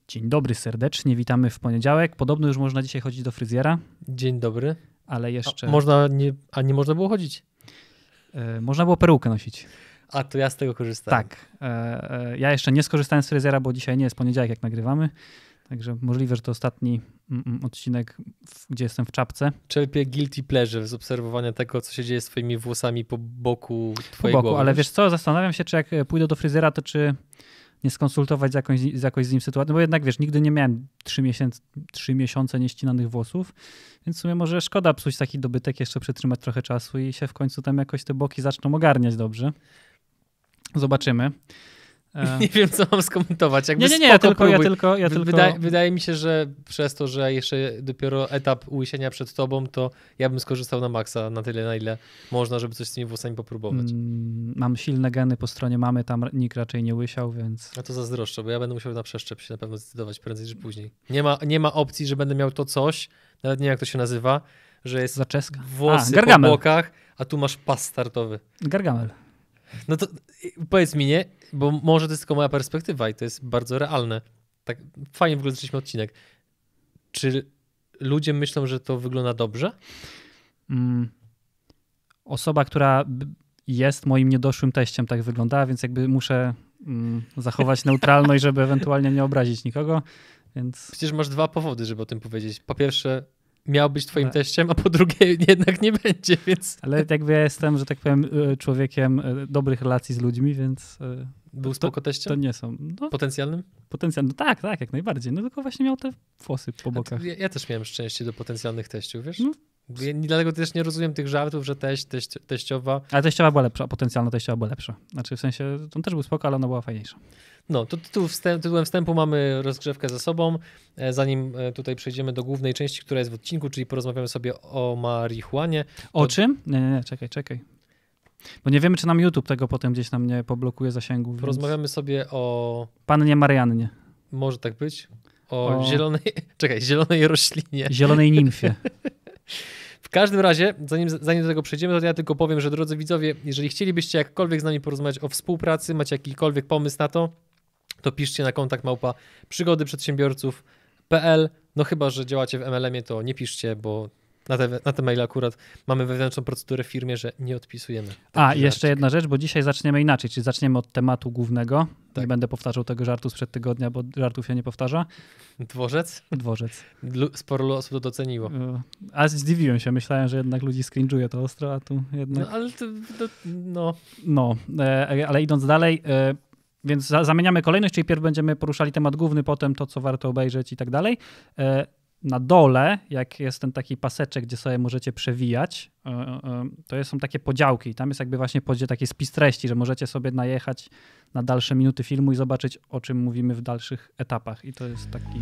Dzień dobry serdecznie, witamy w poniedziałek. Podobno już można dzisiaj chodzić do fryzjera. Dzień dobry. Ale jeszcze... Nie można było chodzić? Można było perukę nosić. A, to ja z tego korzystałem. Tak. Ja jeszcze nie skorzystałem z fryzjera, bo dzisiaj nie jest poniedziałek, jak nagrywamy. Także możliwe, że to ostatni odcinek, gdzie jestem w czapce. Czerpię guilty pleasure z obserwowania tego, co się dzieje z twoimi włosami po boku twojej głowy. Ale wiesz co, zastanawiam się, czy jak pójdę do fryzjera, to czy nie skonsultować z jakąś z nim sytuacją, bo jednak wiesz, nigdy nie miałem 3 miesiące nieścinanych włosów, więc w sumie może szkoda psuć taki dobytek, jeszcze przetrzymać trochę czasu i się w końcu tam jakoś te boki zaczną ogarniać dobrze. Zobaczymy. Nie wiem, co mam skomentować. Jakby nie, ja tylko... Wydaje mi się, że przez to, że jeszcze dopiero etap łysienia przed tobą, to ja bym skorzystał na maksa, na tyle, na ile można, żeby coś z tymi włosami popróbować. Mam silne geny po stronie mamy, tam nikt raczej nie łysiał, więc... A to zazdroszczę, bo ja będę musiał na przeszczep się na pewno zdecydować prędzej czy później. Nie ma opcji, że będę miał to coś, nawet nie wiem, jak to się nazywa, że jest zaczeska. Włosy po bokach, a tu masz pas startowy. Gargamel. No to powiedz mi, nie? Bo może to jest tylko moja perspektywa i to jest bardzo realne. Tak fajnie w ogóle zaczęliśmy odcinek. Czy ludzie myślą, że to wygląda dobrze? Osoba, która jest moim niedoszłym teściem, tak wyglądała, więc jakby muszę zachować neutralność, żeby ewentualnie nie obrazić nikogo. Więc... Przecież masz dwa powody, żeby o tym powiedzieć. Po pierwsze, miał być twoim teściem, a po drugie jednak nie będzie, więc... Ale jakby ja jestem, że tak powiem, człowiekiem dobrych relacji z ludźmi, więc... Był spoko teściem? To nie są. No, potencjalnym? Potencjalnym, tak, jak najbardziej. No tylko właśnie miał te włosy po bokach. Ja też miałem szczęście do potencjalnych teściów, wiesz? No. Dlatego też nie rozumiem tych żartów, że teściowa... Ale teściowa była lepsza, potencjalna teściowa była lepsza. Znaczy w sensie, on też był spoko, ale ona była fajniejsza. No, to tytułem wstępu mamy rozgrzewkę za sobą. Zanim tutaj przejdziemy do głównej części, która jest w odcinku, czyli porozmawiamy sobie o marihuanie. O czym? Nie, czekaj. Bo nie wiemy, czy nam YouTube tego potem gdzieś nam nie poblokuje zasięgu. Porozmawiamy sobie o... Pannie Mariannie. Może tak być. O zielonej roślinie. Zielonej nimfie. W każdym razie, zanim do tego przejdziemy, to ja tylko powiem, że drodzy widzowie, jeżeli chcielibyście jakkolwiek z nami porozmawiać o współpracy, macie jakikolwiek pomysł na to piszcie na kontakt @przygodyprzedsiębiorców.pl. No chyba, że działacie w MLM-ie, to nie piszcie, bo na te maile akurat mamy wewnętrzną procedurę w firmie, że nie odpisujemy. Jeszcze jedna rzecz, bo dzisiaj zaczniemy inaczej, czyli zaczniemy od tematu głównego. Tak. Nie będę powtarzał tego żartu sprzed tygodnia, bo żartów się nie powtarza. Dworzec? Dworzec. Sporo osób to doceniło. A zdziwiłem się, myślałem, że jednak ludzi skrinżuje to ostro, a tu jednak... No, ale ale idąc dalej... Więc zamieniamy kolejność, czyli pierw będziemy poruszali temat główny, potem to, co warto obejrzeć i tak dalej. Na dole, jak jest ten taki paseczek, gdzie sobie możecie przewijać, to są takie podziałki. Tam jest jakby właśnie taki spis treści, że możecie sobie najechać na dalsze minuty filmu i zobaczyć, o czym mówimy w dalszych etapach. I to jest taki...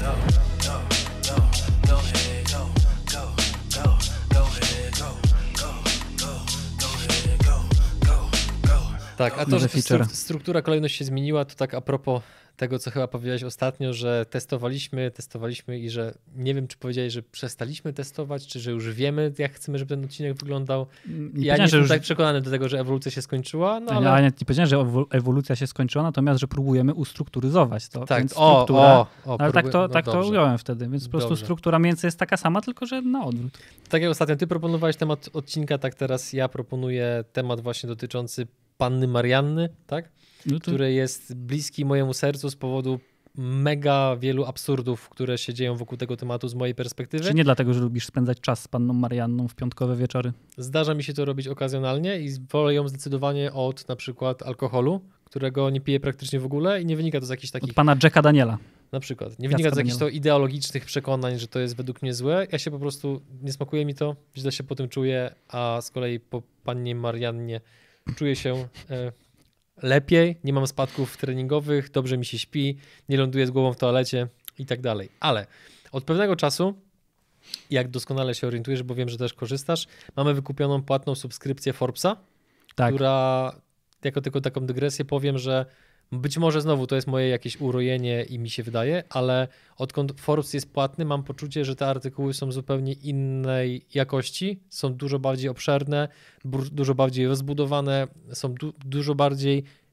Tak, a to, że struktura, kolejność się zmieniła, to tak a propos tego, co chyba powiedziałeś ostatnio, że testowaliśmy i że nie wiem, czy powiedziałeś, że przestaliśmy testować, czy że już wiemy, jak chcemy, żeby ten odcinek wyglądał. Ja nie jestem tak przekonany do tego, że ewolucja się skończyła. No, ale... Ja nie powiedziałem, że ewolucja się skończyła, natomiast, że próbujemy ustrukturyzować to. Tak, więc ale tak to ująłem wtedy, więc po prostu struktura mniej więcej jest taka sama, tylko że na odwrót. Tak jak ostatnio ty proponowałeś temat odcinka, tak teraz ja proponuję temat właśnie dotyczący Panny Marianny, tak? Który jest bliski mojemu sercu z powodu mega wielu absurdów, które się dzieją wokół tego tematu z mojej perspektywy. Czy nie dlatego, że lubisz spędzać czas z Panną Marianną w piątkowe wieczory? Zdarza mi się to robić okazjonalnie i wolę ją zdecydowanie od na przykład alkoholu, którego nie piję praktycznie w ogóle i nie wynika to z jakichś takich... Od pana Jacka Daniela. Na przykład. Nie wynika to z jakichś to ideologicznych przekonań, że to jest według mnie złe. Ja się po prostu, nie smakuje mi to, źle się po tym czuję, a z kolei po Pannie Mariannie czuję się lepiej, nie mam spadków treningowych, dobrze mi się śpi, nie ląduję z głową w toalecie i tak dalej. Ale od pewnego czasu, jak doskonale się orientujesz, bo wiem, że też korzystasz, mamy wykupioną płatną subskrypcję Forbesa, która, jako tylko taką dygresję powiem, że być może znowu to jest moje jakieś urojenie i mi się wydaje, ale odkąd Forbes jest płatny, mam poczucie, że te artykuły są zupełnie innej jakości, są dużo bardziej obszerne, dużo bardziej rozbudowane, są dużo bardziej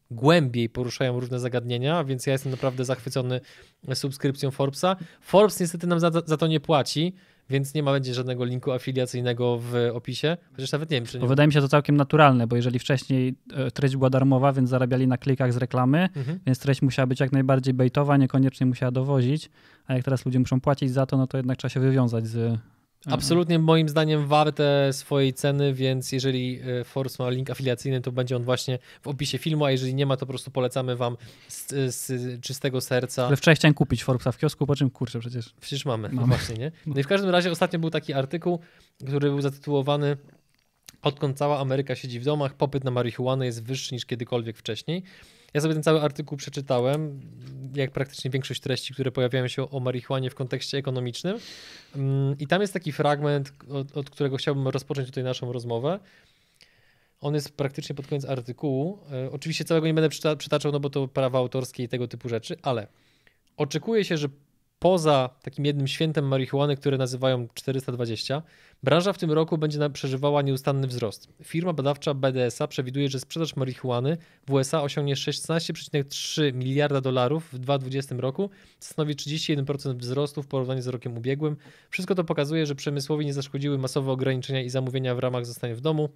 głębiej poruszają różne zagadnienia, więc ja jestem naprawdę zachwycony subskrypcją Forbesa. Forbes niestety nam za to nie płaci, więc nie będzie żadnego linku afiliacyjnego w opisie, chociaż nawet nie wiem, czy nie. Bo wydaje mi się to całkiem naturalne, bo jeżeli wcześniej treść była darmowa, więc zarabiali na klikach z reklamy, więc treść musiała być jak najbardziej baitowa, niekoniecznie musiała dowozić, a jak teraz ludzie muszą płacić za to, no to jednak trzeba się wywiązać z... Absolutnie moim zdaniem warte swojej ceny, więc jeżeli Forbes ma link afiliacyjny, to będzie on właśnie w opisie filmu, a jeżeli nie ma, to po prostu polecamy wam z czystego serca. Które wczoraj chciałem kupić Forbesa w kiosku, po czym kurczę Przecież mamy. No właśnie, nie? No i w każdym razie ostatnio był taki artykuł, który był zatytułowany Odkąd cała Ameryka siedzi w domach, popyt na marihuanę jest wyższy niż kiedykolwiek wcześniej. Ja sobie ten cały artykuł przeczytałem, jak praktycznie większość treści, które pojawiają się o marihuanie w kontekście ekonomicznym. I tam jest taki fragment, od którego chciałbym rozpocząć tutaj naszą rozmowę. On jest praktycznie pod koniec artykułu. Oczywiście całego nie będę przytaczał, no bo to prawa autorskie i tego typu rzeczy, ale oczekuje się, że poza takim jednym świętem marihuany, które nazywają 420, branża w tym roku będzie przeżywała nieustanny wzrost. Firma badawcza BDS-a przewiduje, że sprzedaż marihuany w USA osiągnie 16,3 miliarda dolarów w 2020 roku, co stanowi 31% wzrostu w porównaniu z rokiem ubiegłym. Wszystko to pokazuje, że przemysłowi nie zaszkodziły masowe ograniczenia i zamówienia w ramach zostania w domu,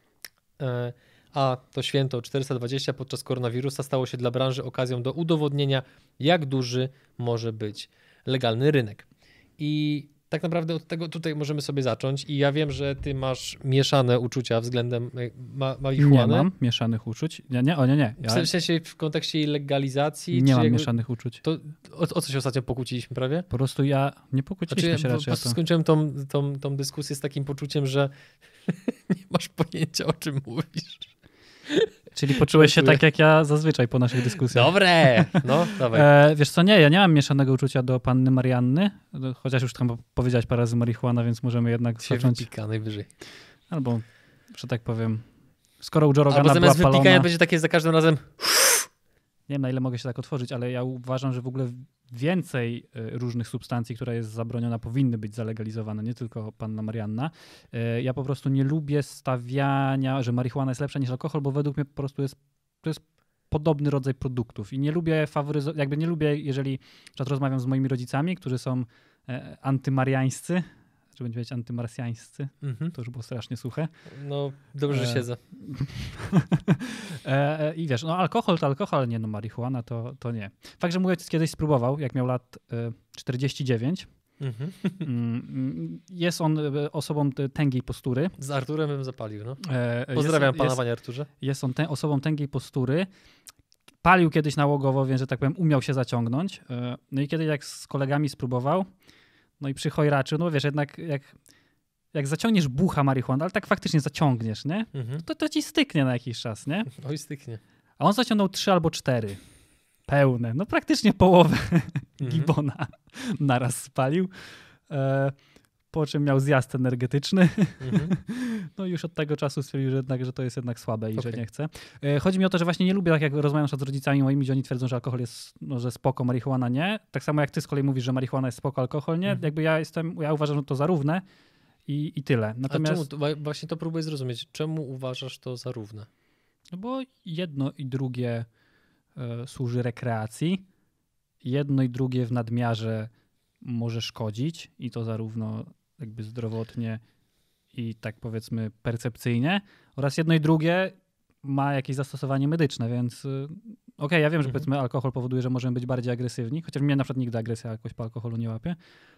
a to święto 420 podczas koronawirusa stało się dla branży okazją do udowodnienia, jak duży może być legalny rynek. I tak naprawdę od tego tutaj możemy sobie zacząć. I ja wiem, że ty masz mieszane uczucia względem marihuany. Nie mam mieszanych uczuć. Nie. W sensie w kontekście jej legalizacji? Nie mam mieszanych uczuć. To o co się ostatnio pokłóciliśmy prawie? Po prostu nie pokłóciliśmy się raczej. Po prostu skończyłem tą dyskusję z takim poczuciem, że nie masz pojęcia, o czym mówisz. Czyli poczułeś się tak, jak ja zazwyczaj po naszych dyskusjach. Dobre! No, dawaj. Wiesz co, ja nie mam mieszanego uczucia do panny Marianny, chociaż już tam powiedziałeś parę razy marihuana, więc możemy jednak zacząć... Wypika najwyżej. Albo, że tak powiem, skoro u Joe Rogana była zamiast wypikania palona... będzie takie za każdym razem... Nie wiem, na ile mogę się tak otworzyć, ale ja uważam, że w ogóle więcej różnych substancji, która jest zabroniona, powinny być zalegalizowane, nie tylko panna Marianna. Ja po prostu nie lubię stawiania, że marihuana jest lepsza niż alkohol, bo według mnie po prostu to jest podobny rodzaj produktów i nie lubię jeżeli rozmawiam z moimi rodzicami, którzy są antymariańscy, czy będzie powiedzieć antymarsjańscy, to już było strasznie suche. No, dobrze, że siedzę. I wiesz, no alkohol to alkohol, ale nie, no marihuana to nie. Fakt, że mój ojciec kiedyś spróbował, jak miał lat 49. Jest on osobą tęgiej postury. Z Arturem bym zapalił, no. Pozdrawiam pana, panie Arturze. Jest on osobą tęgiej postury. Palił kiedyś nałogowo, więc, że tak powiem, umiał się zaciągnąć. No i kiedyś jak z kolegami spróbował, no i przy chojraczy, no wiesz, jednak jak zaciągniesz bucha marihuany, ale tak faktycznie zaciągniesz, nie? To ci styknie na jakiś czas, nie? Oj, styknie. A on zaciągnął 3 albo 4 pełne, no praktycznie połowę gibona naraz spalił, po czym miał zjazd energetyczny. No i już od tego czasu stwierdził, że to jest jednak słabe i że nie chce. Chodzi mi o to, że właśnie nie lubię, tak jak rozmawiam z rodzicami moimi, gdzie oni twierdzą, że alkohol jest, no, że spoko, marihuana nie. Tak samo jak ty z kolei mówisz, że marihuana jest spoko, alkohol nie. Jakby ja uważam, że to za równe i tyle. Natomiast... A czemu, właśnie to próbuję zrozumieć, czemu uważasz to za równe? No bo jedno i drugie służy rekreacji. Jedno i drugie w nadmiarze może szkodzić i to zarówno jakby zdrowotnie i tak powiedzmy percepcyjnie, oraz jedno i drugie ma jakieś zastosowanie medyczne, więc okej, ja wiem, że powiedzmy alkohol powoduje, że możemy być bardziej agresywni, chociaż mnie na przykład nigdy agresja jakoś po alkoholu nie łapie.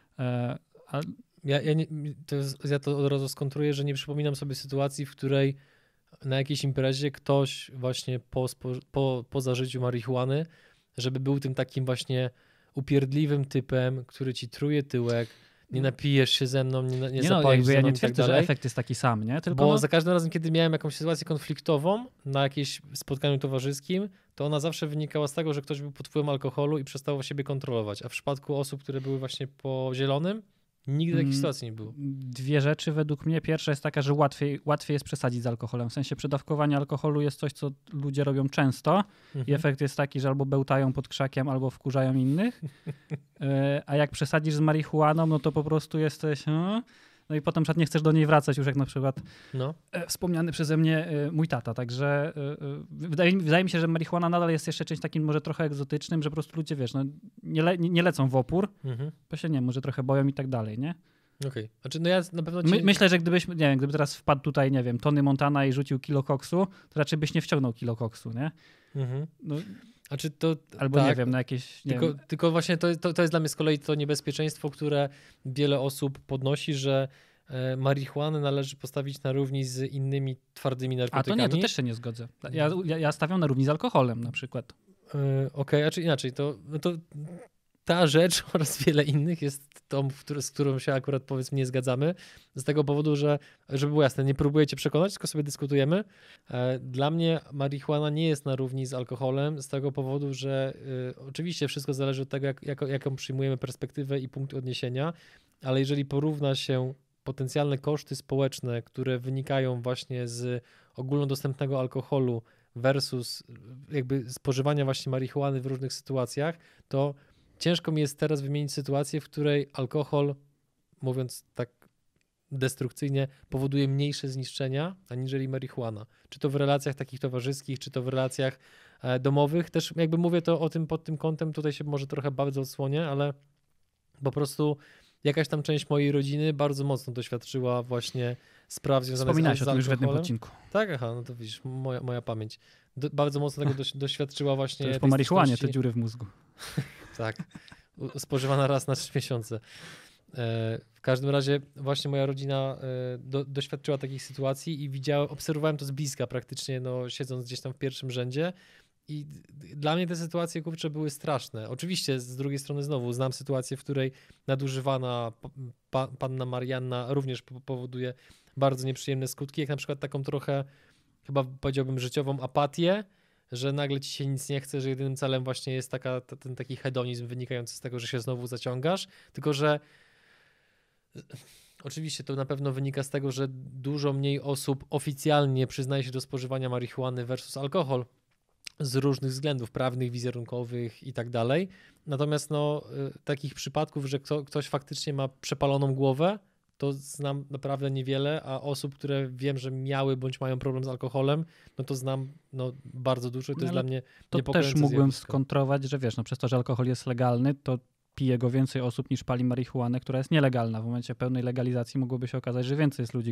Ja to od razu skontruję, że nie przypominam sobie sytuacji, w której na jakiejś imprezie ktoś właśnie po zażyciu marihuany, żeby był tym takim właśnie upierdliwym typem, który ci truje tyłek, nie napijesz się ze mną, nie zapalisz ze mną, ja nie twierdzę, że efekt jest taki sam, nie? Bo za każdym razem, kiedy miałem jakąś sytuację konfliktową na jakimś spotkaniu towarzyskim, to ona zawsze wynikała z tego, że ktoś był pod wpływem alkoholu i przestał siebie kontrolować. A w przypadku osób, które były właśnie po zielonym, nigdy takiej sytuacji nie było. 2 rzeczy według mnie. Pierwsza jest taka, że łatwiej jest przesadzić z alkoholem. W sensie przedawkowanie alkoholu jest coś, co ludzie robią często i efekt jest taki, że albo bełtają pod krzakiem, albo wkurzają innych. A jak przesadzisz z marihuaną, no to po prostu jesteś... no i potem nie chcesz do niej wracać już jak na przykład wspomniany przeze mnie mój tata, także wydaje mi się, że marihuana nadal jest jeszcze czymś takim może trochę egzotycznym, że po prostu ludzie, wiesz, no, nie lecą w opór, bo się może trochę boją i tak dalej, nie? Okej. Znaczy, no ja na pewno Myślę, że gdyby teraz wpadł tutaj, nie wiem, Tony Montana i rzucił kilo koksu, to raczej byś nie wciągnął kilo koksu, nie? No, znaczy albo tak, nie wiem, na jakieś... Tylko właśnie to jest dla mnie z kolei to niebezpieczeństwo, które wiele osób podnosi, że marihuanę należy postawić na równi z innymi twardymi narkotykami. A to nie, to też się nie zgodzę. Ja stawiam na równi z alkoholem na przykład. Okej, a czy inaczej, to ta rzecz oraz wiele innych jest tą, z którą się akurat powiedzmy nie zgadzamy. Z tego powodu, że żeby było jasne, nie próbuję cię przekonać, tylko sobie dyskutujemy. Dla mnie marihuana nie jest na równi z alkoholem z tego powodu, że oczywiście wszystko zależy od tego, jaką przyjmujemy perspektywę i punkt odniesienia, ale jeżeli porówna się potencjalne koszty społeczne, które wynikają właśnie z ogólnodostępnego alkoholu versus jakby spożywania właśnie marihuany w różnych sytuacjach, to ciężko mi jest teraz wymienić sytuację, w której alkohol, mówiąc tak destrukcyjnie, powoduje mniejsze zniszczenia aniżeli marihuana. Czy to w relacjach takich towarzyskich, czy to w relacjach domowych. Też jakby mówię to o tym pod tym kątem, tutaj się może trochę bardzo odsłonię, ale po prostu jakaś tam część mojej rodziny bardzo mocno doświadczyła właśnie spraw związanych z alkoholem. Wspominałeś o tym już w jednym odcinku. Tak, no to widzisz, moja pamięć. Bardzo mocno tego doświadczyła właśnie. To już po marihuanie te dziury w mózgu. Tak, spożywana raz na 3 miesiące. W każdym razie właśnie moja rodzina doświadczyła takich sytuacji i obserwowałem to z bliska praktycznie, no, siedząc gdzieś tam w pierwszym rzędzie i dla mnie te sytuacje, kurczę, były straszne. Oczywiście z drugiej strony znowu znam sytuację, w której nadużywana panna Marianna również powoduje bardzo nieprzyjemne skutki, jak na przykład taką trochę, chyba powiedziałbym, życiową apatię, że nagle ci się nic nie chce, że jedynym celem właśnie jest ten taki hedonizm wynikający z tego, że się znowu zaciągasz, tylko że oczywiście to na pewno wynika z tego, że dużo mniej osób oficjalnie przyznaje się do spożywania marihuany versus alkohol z różnych względów prawnych, wizerunkowych i tak dalej. Natomiast takich przypadków, że ktoś faktycznie ma przepaloną głowę, to znam naprawdę niewiele, a osób, które wiem, że miały bądź mają problem z alkoholem, no to znam bardzo dużo i to jest dla mnie niepokojące. To też mógłbym skontrować, że wiesz, przez to, że alkohol jest legalny, to pije go więcej osób niż pali marihuanę, która jest nielegalna. W momencie pełnej legalizacji mogłoby się okazać, że więcej jest ludzi,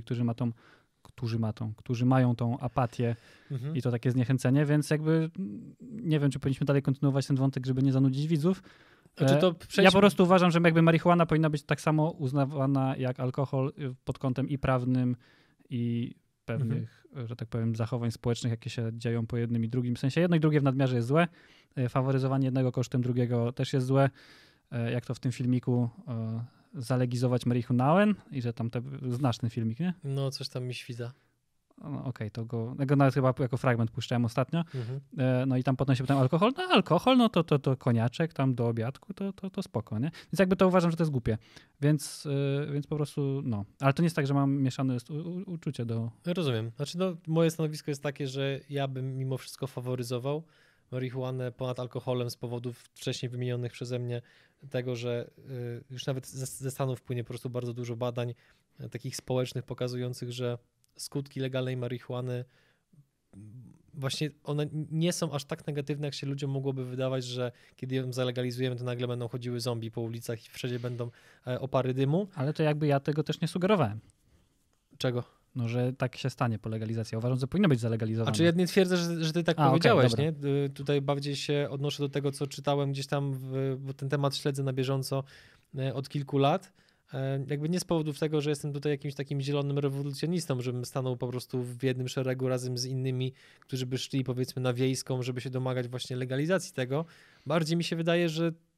którzy mają tą apatię i to takie zniechęcenie, więc jakby nie wiem, czy powinniśmy dalej kontynuować ten wątek, żeby nie zanudzić widzów. Ja po prostu uważam, że jakby marihuana powinna być tak samo uznawana jak alkohol pod kątem i prawnym, i pewnych, że tak powiem, zachowań społecznych, jakie się dzieją po jednym i drugim. W sensie jedno i drugie w nadmiarze jest złe. Faworyzowanie jednego kosztem drugiego też jest złe. Jak to w tym filmiku zalegizować marihuanę i że tam znasz ten filmik, nie? No, coś tam mi świta. No, okej, to go nawet chyba jako fragment puszczałem ostatnio. No i tam potem się pytam alkohol, no to koniaczek tam do obiadku, to spoko, nie? Więc jakby to uważam, że to jest głupie. Więc po prostu, ale to nie jest tak, że mam mieszane uczucie do... Rozumiem. Znaczy, moje stanowisko jest takie, że ja bym mimo wszystko faworyzował marihuanę ponad alkoholem z powodów wcześniej wymienionych przeze mnie tego, że już nawet ze Stanów płynie po prostu bardzo dużo badań takich społecznych pokazujących, że skutki legalnej marihuany właśnie one nie są aż tak negatywne, jak się ludziom mogłoby wydawać, że kiedy ją zalegalizujemy, to nagle będą chodziły zombie po ulicach i wszędzie będą opary dymu. Ale to jakby ja tego też nie sugerowałem. Czego? No, że tak się stanie po legalizacji. Uważam, że powinno być zalegalizowane. A czy ja nie twierdzę, że ty tak powiedziałeś, okay, nie? Tutaj bardziej się odnoszę do tego, co czytałem gdzieś tam, bo ten temat śledzę na bieżąco od kilku lat. Jakby nie z powodów tego, że jestem tutaj jakimś takim zielonym rewolucjonistą, żebym stanął po prostu w jednym szeregu razem z innymi, którzy by szli powiedzmy na wiejską, żeby się domagać właśnie legalizacji tego. Bardziej mi się wydaje,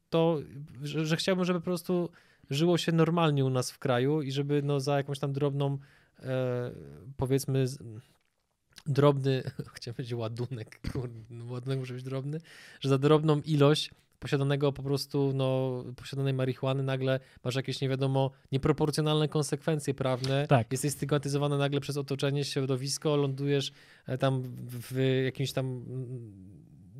że chciałbym, żeby po prostu żyło się normalnie u nas w kraju i żeby za jakąś tam drobną powiedzmy drobny, chciałem powiedzieć ładunek, ładunek może być drobny, że za drobną ilość posiadanego po prostu, posiadanej marihuany nagle masz jakieś nie wiadomo nieproporcjonalne konsekwencje prawne, tak. Jesteś stygmatyzowany nagle przez otoczenie, środowisko, lądujesz tam w jakimś tam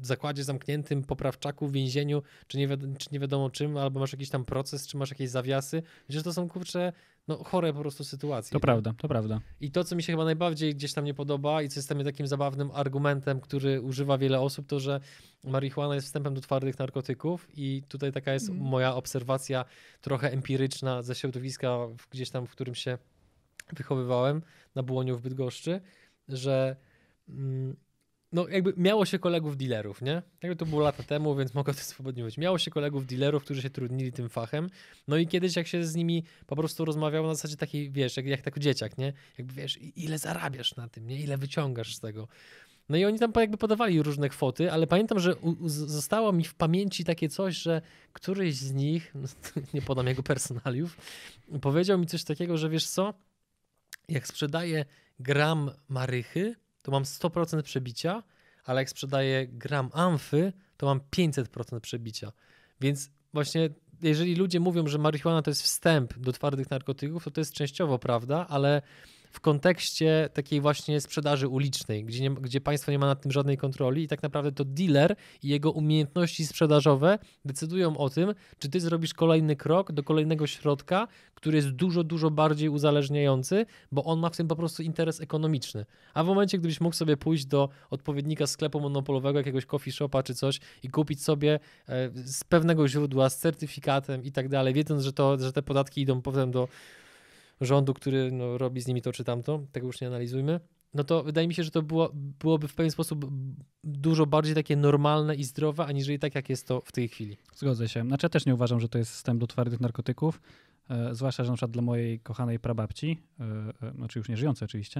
zakładzie zamkniętym, poprawczaku, w więzieniu, czy nie wiadomo czym, albo masz jakiś tam proces, czy masz jakieś zawiasy. Przecież to są, kurczę, no chore po prostu sytuacje. To prawda, to prawda. I to, co mi się chyba najbardziej gdzieś tam nie podoba i co jest dla mnie takim zabawnym argumentem, który używa wiele osób, to, że marihuana jest wstępem do twardych narkotyków i tutaj taka jest moja obserwacja trochę empiryczna ze środowiska gdzieś tam, w którym się wychowywałem na Błoniu w Bydgoszczy, że no jakby miało się kolegów dealerów, nie? Jakby to było lata temu, więc mogę to swobodnie mówić. Miało się kolegów dealerów, którzy się trudnili tym fachem. No i kiedyś jak się z nimi po prostu rozmawiało na zasadzie takiej, wiesz, jak taki dzieciak, nie? Jakby wiesz, ile zarabiasz na tym, nie? Ile wyciągasz z tego. No i oni tam jakby podawali różne kwoty, ale pamiętam, że zostało mi w pamięci takie coś, że któryś z nich, no, nie podam jego personaliów, powiedział mi coś takiego, że wiesz co, jak sprzedaję gram marychy, to mam 100% przebicia, ale jak sprzedaję gram amfy, to mam 500% przebicia. Więc właśnie jeżeli ludzie mówią, że marihuana to jest wstęp do twardych narkotyków, to jest częściowo prawda, ale w kontekście takiej właśnie sprzedaży ulicznej, gdzie państwo nie ma nad tym żadnej kontroli i tak naprawdę to dealer i jego umiejętności sprzedażowe decydują o tym, czy ty zrobisz kolejny krok do kolejnego środka, który jest dużo, dużo bardziej uzależniający, bo on ma w tym po prostu interes ekonomiczny. A w momencie, gdybyś mógł sobie pójść do odpowiednika sklepu monopolowego, jakiegoś coffee shopa czy coś i kupić sobie z pewnego źródła, z certyfikatem i tak dalej, wiedząc, że te podatki idą potem do rządu, który no, robi z nimi to czy tamto, tego już nie analizujmy, no to wydaje mi się, że to byłoby w pewien sposób dużo bardziej takie normalne i zdrowe, aniżeli tak, jak jest to w tej chwili. Zgodzę się. Znaczy ja też nie uważam, że to jest wstęp do twardych narkotyków, zwłaszcza, że na przykład dla mojej kochanej prababci, znaczy już nie żyjącej oczywiście,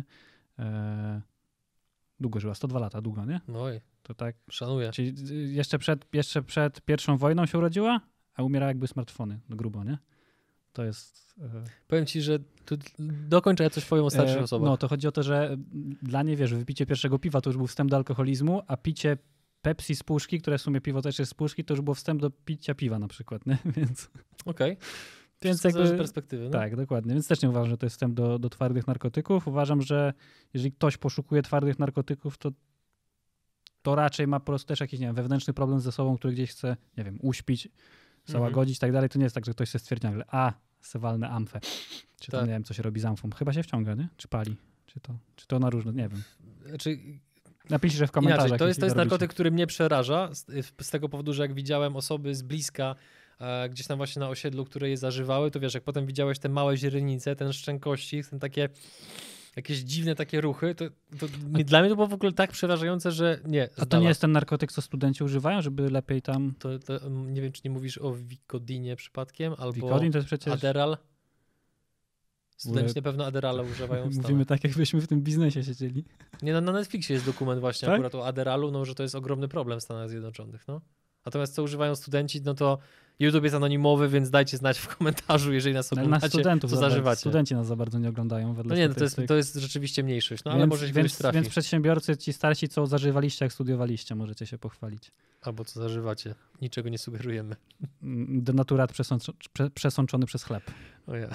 długo żyła, 102 lata, długo, nie? No to tak. Szanuję. Czyli jeszcze przed pierwszą wojną się urodziła, a umiera jakby smartfony, no grubo, nie? To jest... Powiem ci, że tu dokończę, ja coś powiem o starszych osobach. No to chodzi o to, że dla niej, wiesz, wypicie pierwszego piwa to już był wstęp do alkoholizmu, a picie Pepsi z puszki, które w sumie piwo też jest z puszki, to już było wstęp do picia piwa na przykład, nie? Więc... Okej. Więc jakby... z perspektywy. No? Tak, dokładnie. Więc też nie uważam, że to jest wstęp do twardych narkotyków. Uważam, że jeżeli ktoś poszukuje twardych narkotyków, to raczej ma po prostu też jakiś, nie wiem, wewnętrzny problem ze sobą, który gdzieś chce, nie wiem, uśpić, załagodzić i tak dalej. To nie jest tak, że ktoś się stwierdzi nagle, se walnę amfę. Czy to nie wiem, co się robi z amfą. Chyba się wciąga, nie? Czy pali? Czy to na różne, nie wiem. Napiszcie w komentarzach. Inaczej, to jest narkotyk, który mnie przeraża z tego powodu, że jak widziałem osoby z bliska gdzieś tam właśnie na osiedlu, które je zażywały, to wiesz, jak potem widziałeś te małe źrenice, ten szczęk kości, ten takie jakieś dziwne takie ruchy, dla mnie to było w ogóle tak przerażające, że nie. A to nie jest ten narkotyk, co studenci używają, żeby lepiej tam... To nie wiem, czy nie mówisz o Vicodinie przypadkiem, albo Vicodin to jest przecież... Adderall. Studenci na pewno Adderalla używają. Mówimy tak, jakbyśmy w tym biznesie siedzieli. Nie, na Netflixie jest dokument właśnie tak? akurat o Adderallu, no, że to jest ogromny problem w Stanach Zjednoczonych. No. Natomiast co używają studenci, no to YouTube jest anonimowy, więc dajcie znać w komentarzu, jeżeli nas oglądacie, co zażywacie. Studenci nas za bardzo nie oglądają. No nie, to jest rzeczywiście mniejszość, no ale może się kiedyś trafi. Więc przedsiębiorcy, ci starsi, co zażywaliście, jak studiowaliście, możecie się pochwalić. Albo co zażywacie. Niczego nie sugerujemy. Denaturat przesączony przez chleb. O ja.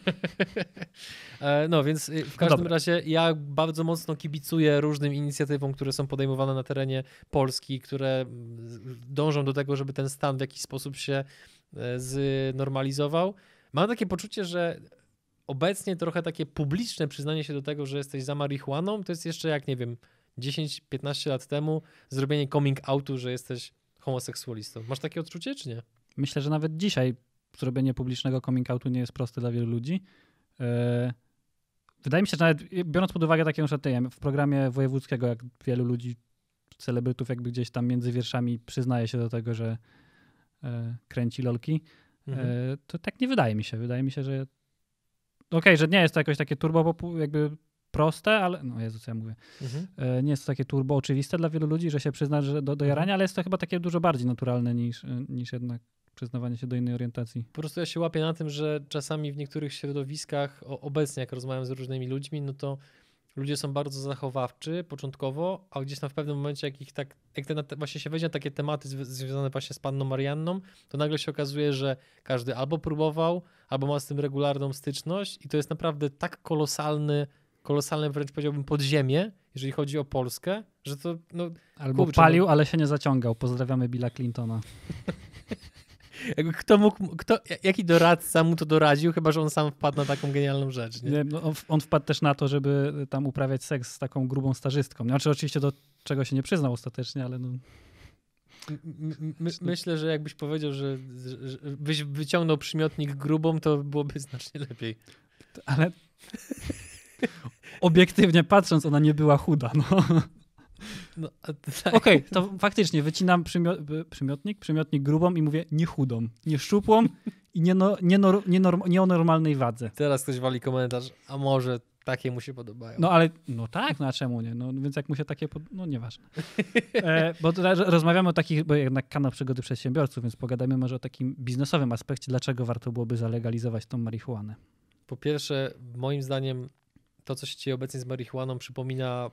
No więc w każdym razie ja bardzo mocno kibicuję różnym inicjatywom, które są podejmowane na terenie Polski, które dążą do tego, żeby ten stan w jakiś sposób się znormalizował. Mam takie poczucie, że obecnie trochę takie publiczne przyznanie się do tego, że jesteś za marihuaną, to jest jeszcze jak, nie wiem, 10-15 lat temu zrobienie coming outu, że jesteś homoseksualistą. Masz takie odczucie, czy nie? Myślę, że nawet dzisiaj zrobienie publicznego coming outu nie jest proste dla wielu ludzi. Wydaje mi się, że nawet biorąc pod uwagę takie, na przykład w programie wojewódzkiego, jak wielu ludzi, celebrytów jakby gdzieś tam między wierszami przyznaje się do tego, że kręci lolki, to tak nie wydaje mi się. Wydaje mi się, że okej, że nie jest to jakoś takie turbo jakby proste, ale no Jezu, co ja mówię. Nie jest to takie turbo oczywiste dla wielu ludzi, że się przyzna że do jarania, ale jest to chyba takie dużo bardziej naturalne niż jednak przyznawanie się do innej orientacji. Po prostu ja się łapię na tym, że czasami w niektórych środowiskach, obecnie jak rozmawiam z różnymi ludźmi, no to ludzie są bardzo zachowawczy początkowo, a gdzieś tam w pewnym momencie, jak właśnie się weźmie takie tematy związane właśnie z panną Marianną, to nagle się okazuje, że każdy albo próbował, albo ma z tym regularną styczność i to jest naprawdę tak kolosalne wręcz powiedziałbym podziemie, jeżeli chodzi o Polskę, Że to, no, Albo kurczę, palił, no. ale się nie zaciągał. Pozdrawiamy Billa Clintona. Jakby jaki doradca mu to doradził, chyba że on sam wpadł na taką genialną rzecz. Nie? No, on wpadł też na to, żeby tam uprawiać seks z taką grubą stażystką. Znaczy oczywiście do czego się nie przyznał ostatecznie, ale no... Myślę, że jakbyś powiedział, że byś wyciągnął przymiotnik grubą, to byłoby znacznie lepiej. Ale obiektywnie patrząc, ona nie była chuda. No. Tak. Okej, to faktycznie wycinam przymiotnik grubą i mówię nie chudą, nie szczupłą i nie o normalnej wadze. Teraz ktoś wali komentarz, a może takie mu się podobają. No ale, no tak, no a czemu nie? No więc jak mu się takie, no nieważne. Bo rozmawiamy o takich, bo jednak kanał Przygody Przedsiębiorców, więc pogadajmy może o takim biznesowym aspekcie, dlaczego warto byłoby zalegalizować tą marihuanę. Po pierwsze, moim zdaniem to, co się dzieje obecnie z marihuaną, przypomina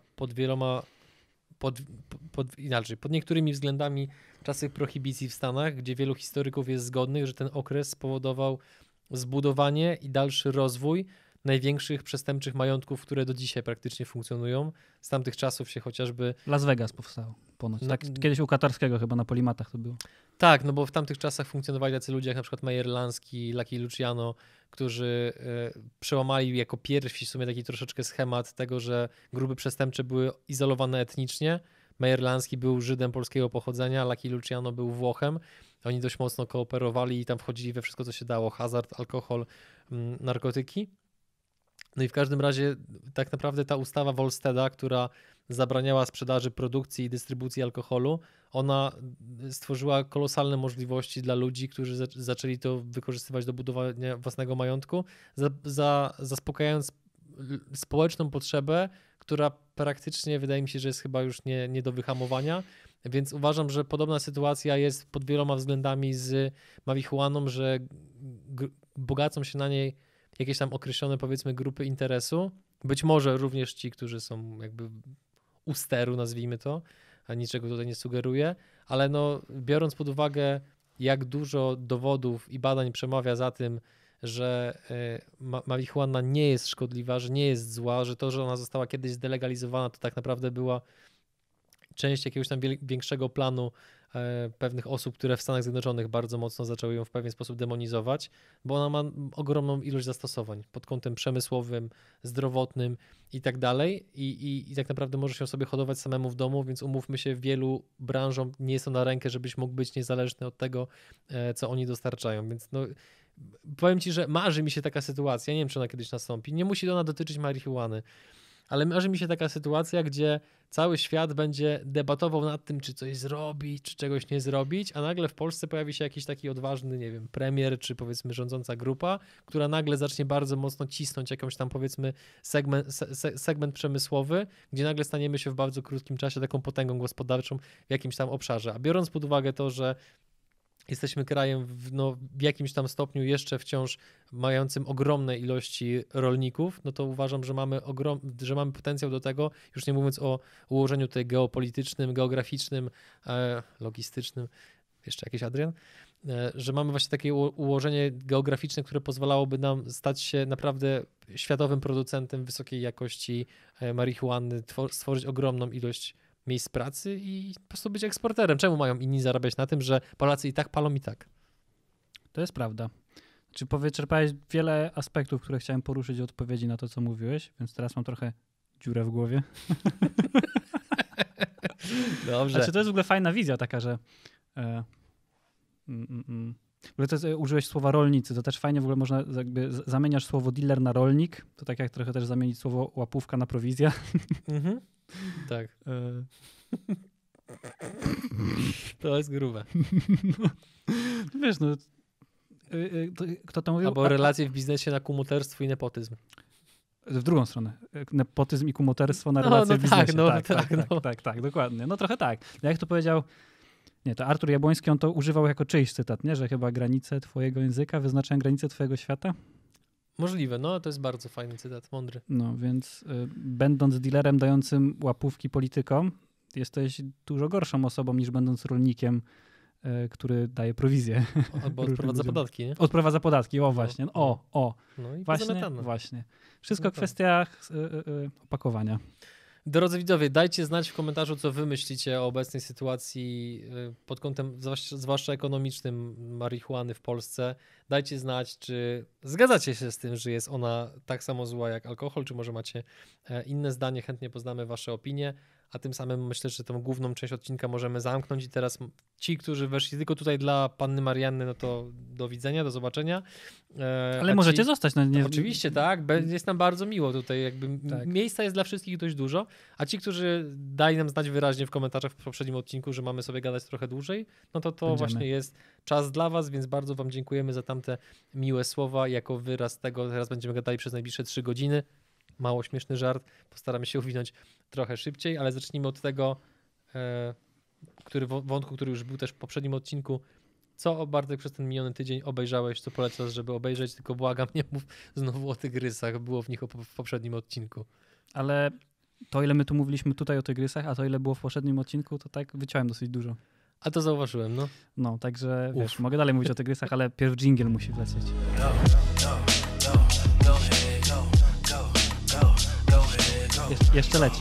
pod niektórymi względami czasy prohibicji w Stanach, gdzie wielu historyków jest zgodnych, że ten okres spowodował zbudowanie i dalszy rozwój największych przestępczych majątków, które do dzisiaj praktycznie funkcjonują. Z tamtych czasów się chociażby... Las Vegas powstał ponoć. Tak, kiedyś u Katarskiego chyba na Polimatach to było. Tak, no bo w tamtych czasach funkcjonowali tacy ludzie jak na przykład Meyer Lansky, Lucky Luciano, którzy przełamali jako pierwsi w sumie taki troszeczkę schemat tego, że grupy przestępcze były izolowane etnicznie. Meyer Lansky był Żydem polskiego pochodzenia, Lucky Luciano był Włochem. Oni dość mocno kooperowali i tam wchodzili we wszystko, co się dało. Hazard, alkohol, narkotyki. No i w każdym razie tak naprawdę ta ustawa Volsteada, która zabraniała sprzedaży, produkcji i dystrybucji alkoholu, ona stworzyła kolosalne możliwości dla ludzi, którzy zaczęli to wykorzystywać do budowania własnego majątku, zaspokajając społeczną potrzebę, która praktycznie wydaje mi się, że jest chyba już nie do wyhamowania, więc uważam, że podobna sytuacja jest pod wieloma względami z marihuaną, że bogacą się na niej jakieś tam określone, powiedzmy, grupy interesu, być może również ci, którzy są jakby u steru, nazwijmy to, a niczego tutaj nie sugeruję, ale no, biorąc pod uwagę, jak dużo dowodów i badań przemawia za tym, że marihuana nie jest szkodliwa, że nie jest zła, że to, że ona została kiedyś zdelegalizowana, to tak naprawdę była część jakiegoś tam większego planu pewnych osób, które w Stanach Zjednoczonych bardzo mocno zaczęły ją w pewien sposób demonizować, bo ona ma ogromną ilość zastosowań pod kątem przemysłowym, zdrowotnym i tak dalej i tak naprawdę możesz ją sobie hodować samemu w domu, więc umówmy się, wielu branżom nie jest to na rękę, żebyś mógł być niezależny od tego, co oni dostarczają, więc no powiem ci, że marzy mi się taka sytuacja, nie wiem, czy ona kiedyś nastąpi, nie musi ona dotyczyć marihuany, ale marzy mi się taka sytuacja, gdzie cały świat będzie debatował nad tym, czy coś zrobić, czy czegoś nie zrobić, a nagle w Polsce pojawi się jakiś taki odważny, nie wiem, premier, czy powiedzmy rządząca grupa, która nagle zacznie bardzo mocno cisnąć jakąś tam powiedzmy segment przemysłowy, gdzie nagle staniemy się w bardzo krótkim czasie taką potęgą gospodarczą w jakimś tam obszarze. A biorąc pod uwagę to, że jesteśmy krajem w jakimś tam stopniu jeszcze wciąż mającym ogromne ilości rolników, no to uważam, że mamy potencjał do tego, już nie mówiąc o ułożeniu tutaj geopolitycznym, geograficznym, logistycznym, jeszcze jakiś Adrian, że mamy właśnie takie ułożenie geograficzne, które pozwalałoby nam stać się naprawdę światowym producentem wysokiej jakości marihuany, stworzyć ogromną ilość miejsc pracy i po prostu być eksporterem. Czemu mają inni zarabiać na tym, że Polacy i tak palą i tak? To jest prawda. Czy wyczerpałeś wiele aspektów, które chciałem poruszyć w odpowiedzi na to, co mówiłeś, więc teraz mam trochę dziurę w głowie. Dobrze. Znaczy, to jest w ogóle fajna wizja taka, że w ogóle to użyłeś słowa rolnicy, to też fajnie w ogóle można, jakby zamieniasz słowo dealer na rolnik, to tak jak trochę też zamienić słowo łapówka na prowizja. Mhm. Tak. To jest grube. No, wiesz, no, kto to mówił? Albo relacje w biznesie na kumoterstwo i nepotyzm. W drugą stronę. Nepotyzm i kumoterstwo na relacje w biznesie. Tak, dokładnie. No trochę tak. Jak to powiedział, nie, to Artur Jabłoński, on to używał jako czyjś cytat, nie? Że chyba granice twojego języka wyznaczają granice twojego świata. Możliwe, no to jest bardzo fajny cytat, mądry. No więc będąc dealerem dającym łapówki politykom, jesteś dużo gorszą osobą niż będąc rolnikiem, który daje prowizję. Albo odprowadza podatki, nie? Odprowadza podatki, właśnie. No i właśnie. Wszystko kwestia opakowania. Drodzy widzowie, dajcie znać w komentarzu, co wy myślicie o obecnej sytuacji pod kątem zwłaszcza ekonomicznym marihuany w Polsce. Dajcie znać, czy zgadzacie się z tym, że jest ona tak samo zła jak alkohol, czy może macie inne zdanie. Chętnie poznamy wasze opinie, a tym samym myślę, że tą główną część odcinka możemy zamknąć i teraz ci, którzy weszli tylko tutaj dla panny Marianny, no to do widzenia, do zobaczenia. Ale możecie zostać. No nie... Oczywiście, tak. Jest nam bardzo miło tutaj. Jakby tak. Miejsca jest dla wszystkich dość dużo, a ci, którzy dali nam znać wyraźnie w komentarzach w poprzednim odcinku, że mamy sobie gadać trochę dłużej, no to właśnie jest czas dla was, więc bardzo wam dziękujemy za tamte miłe słowa. Jako wyraz tego teraz będziemy gadali przez najbliższe 3 godziny. Mało śmieszny żart. Postaramy się uwinąć trochę szybciej, ale zacznijmy od tego wątku, który już był też w poprzednim odcinku. Co, Bartek, przez ten miniony tydzień obejrzałeś, co polecasz, żeby obejrzeć? Tylko błagam, nie mów znowu o tygrysach. Było w nich w poprzednim odcinku. Ale to, ile my tu mówiliśmy tutaj o tygrysach, a to, ile było w poprzednim odcinku, to tak wyciąłem dosyć dużo. A to zauważyłem, no. No, także wiesz, mogę dalej mówić o tygrysach, ale pierw dżingiel musi wlecieć. Jeszcze leci.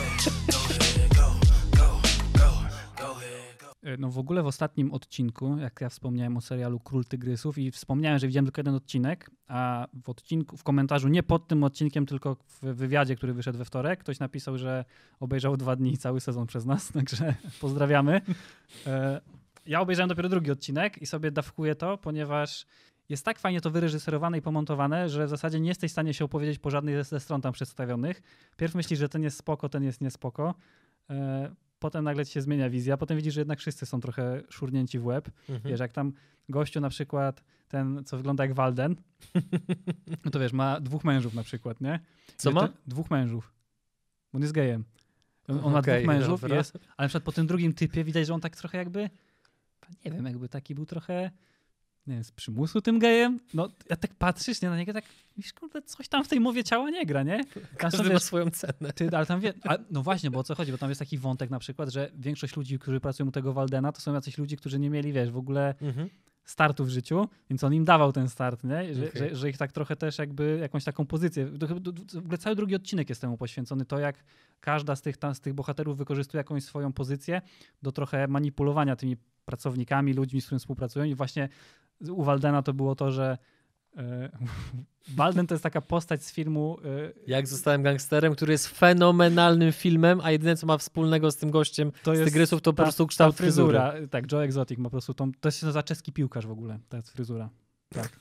No w ogóle w ostatnim odcinku, jak ja wspomniałem o serialu Król Tygrysów i wspomniałem, że widziałem tylko jeden odcinek, a w komentarzu, nie pod tym odcinkiem, tylko w wywiadzie, który wyszedł we wtorek, ktoś napisał, że obejrzał 2 dni cały sezon przez nas, także pozdrawiamy. Ja obejrzałem dopiero drugi odcinek i sobie dawkuję to, ponieważ jest tak fajnie to wyreżyserowane i pomontowane, że w zasadzie nie jesteś w stanie się opowiedzieć po żadnej ze stron tam przedstawionych. Pierw myślisz, że ten jest spoko, ten jest niespoko. Potem nagle ci się zmienia wizja, potem widzisz, że jednak wszyscy są trochę szurnięci w łeb. Wiesz, jak tam gościu na przykład, ten, co wygląda jak Walden, no to wiesz, ma 2 mężów na przykład, nie? Co ma? 2 mężów. On jest gejem. On ma 2 mężów, jest, ale na przykład po tym drugim typie widać, że on tak trochę jakby, nie wiem, jakby taki był trochę, nie wiem, z przymusu tym gejem. No, ja tak patrzysz na niego, tak, wiesz, kurde, coś tam w tej mowie ciała nie gra, nie? Każdy ma swoją cenę. Ale tam no właśnie, bo o co chodzi? Bo tam jest taki wątek na przykład, że większość ludzi, którzy pracują u tego Waldena, to są jacyś ludzie, którzy nie mieli, wiesz, w ogóle startu w życiu, więc on im dawał ten start, nie? Że ich tak trochę też jakby jakąś taką pozycję. W ogóle cały drugi odcinek jest temu poświęcony, to jak każda z tych bohaterów wykorzystuje jakąś swoją pozycję do trochę manipulowania tymi pracownikami, ludźmi, z którymi współpracują i właśnie u Waldena to było to, że Walden to jest taka postać z filmu... Jak zostałem gangsterem, który jest fenomenalnym filmem, a jedyne, co ma wspólnego z tym gościem z Tygrysów, to po prostu kształt fryzury. Tak, Joe Exotic ma po prostu tą... To jest za czeski piłkarz w ogóle, ta jest fryzura. Tak.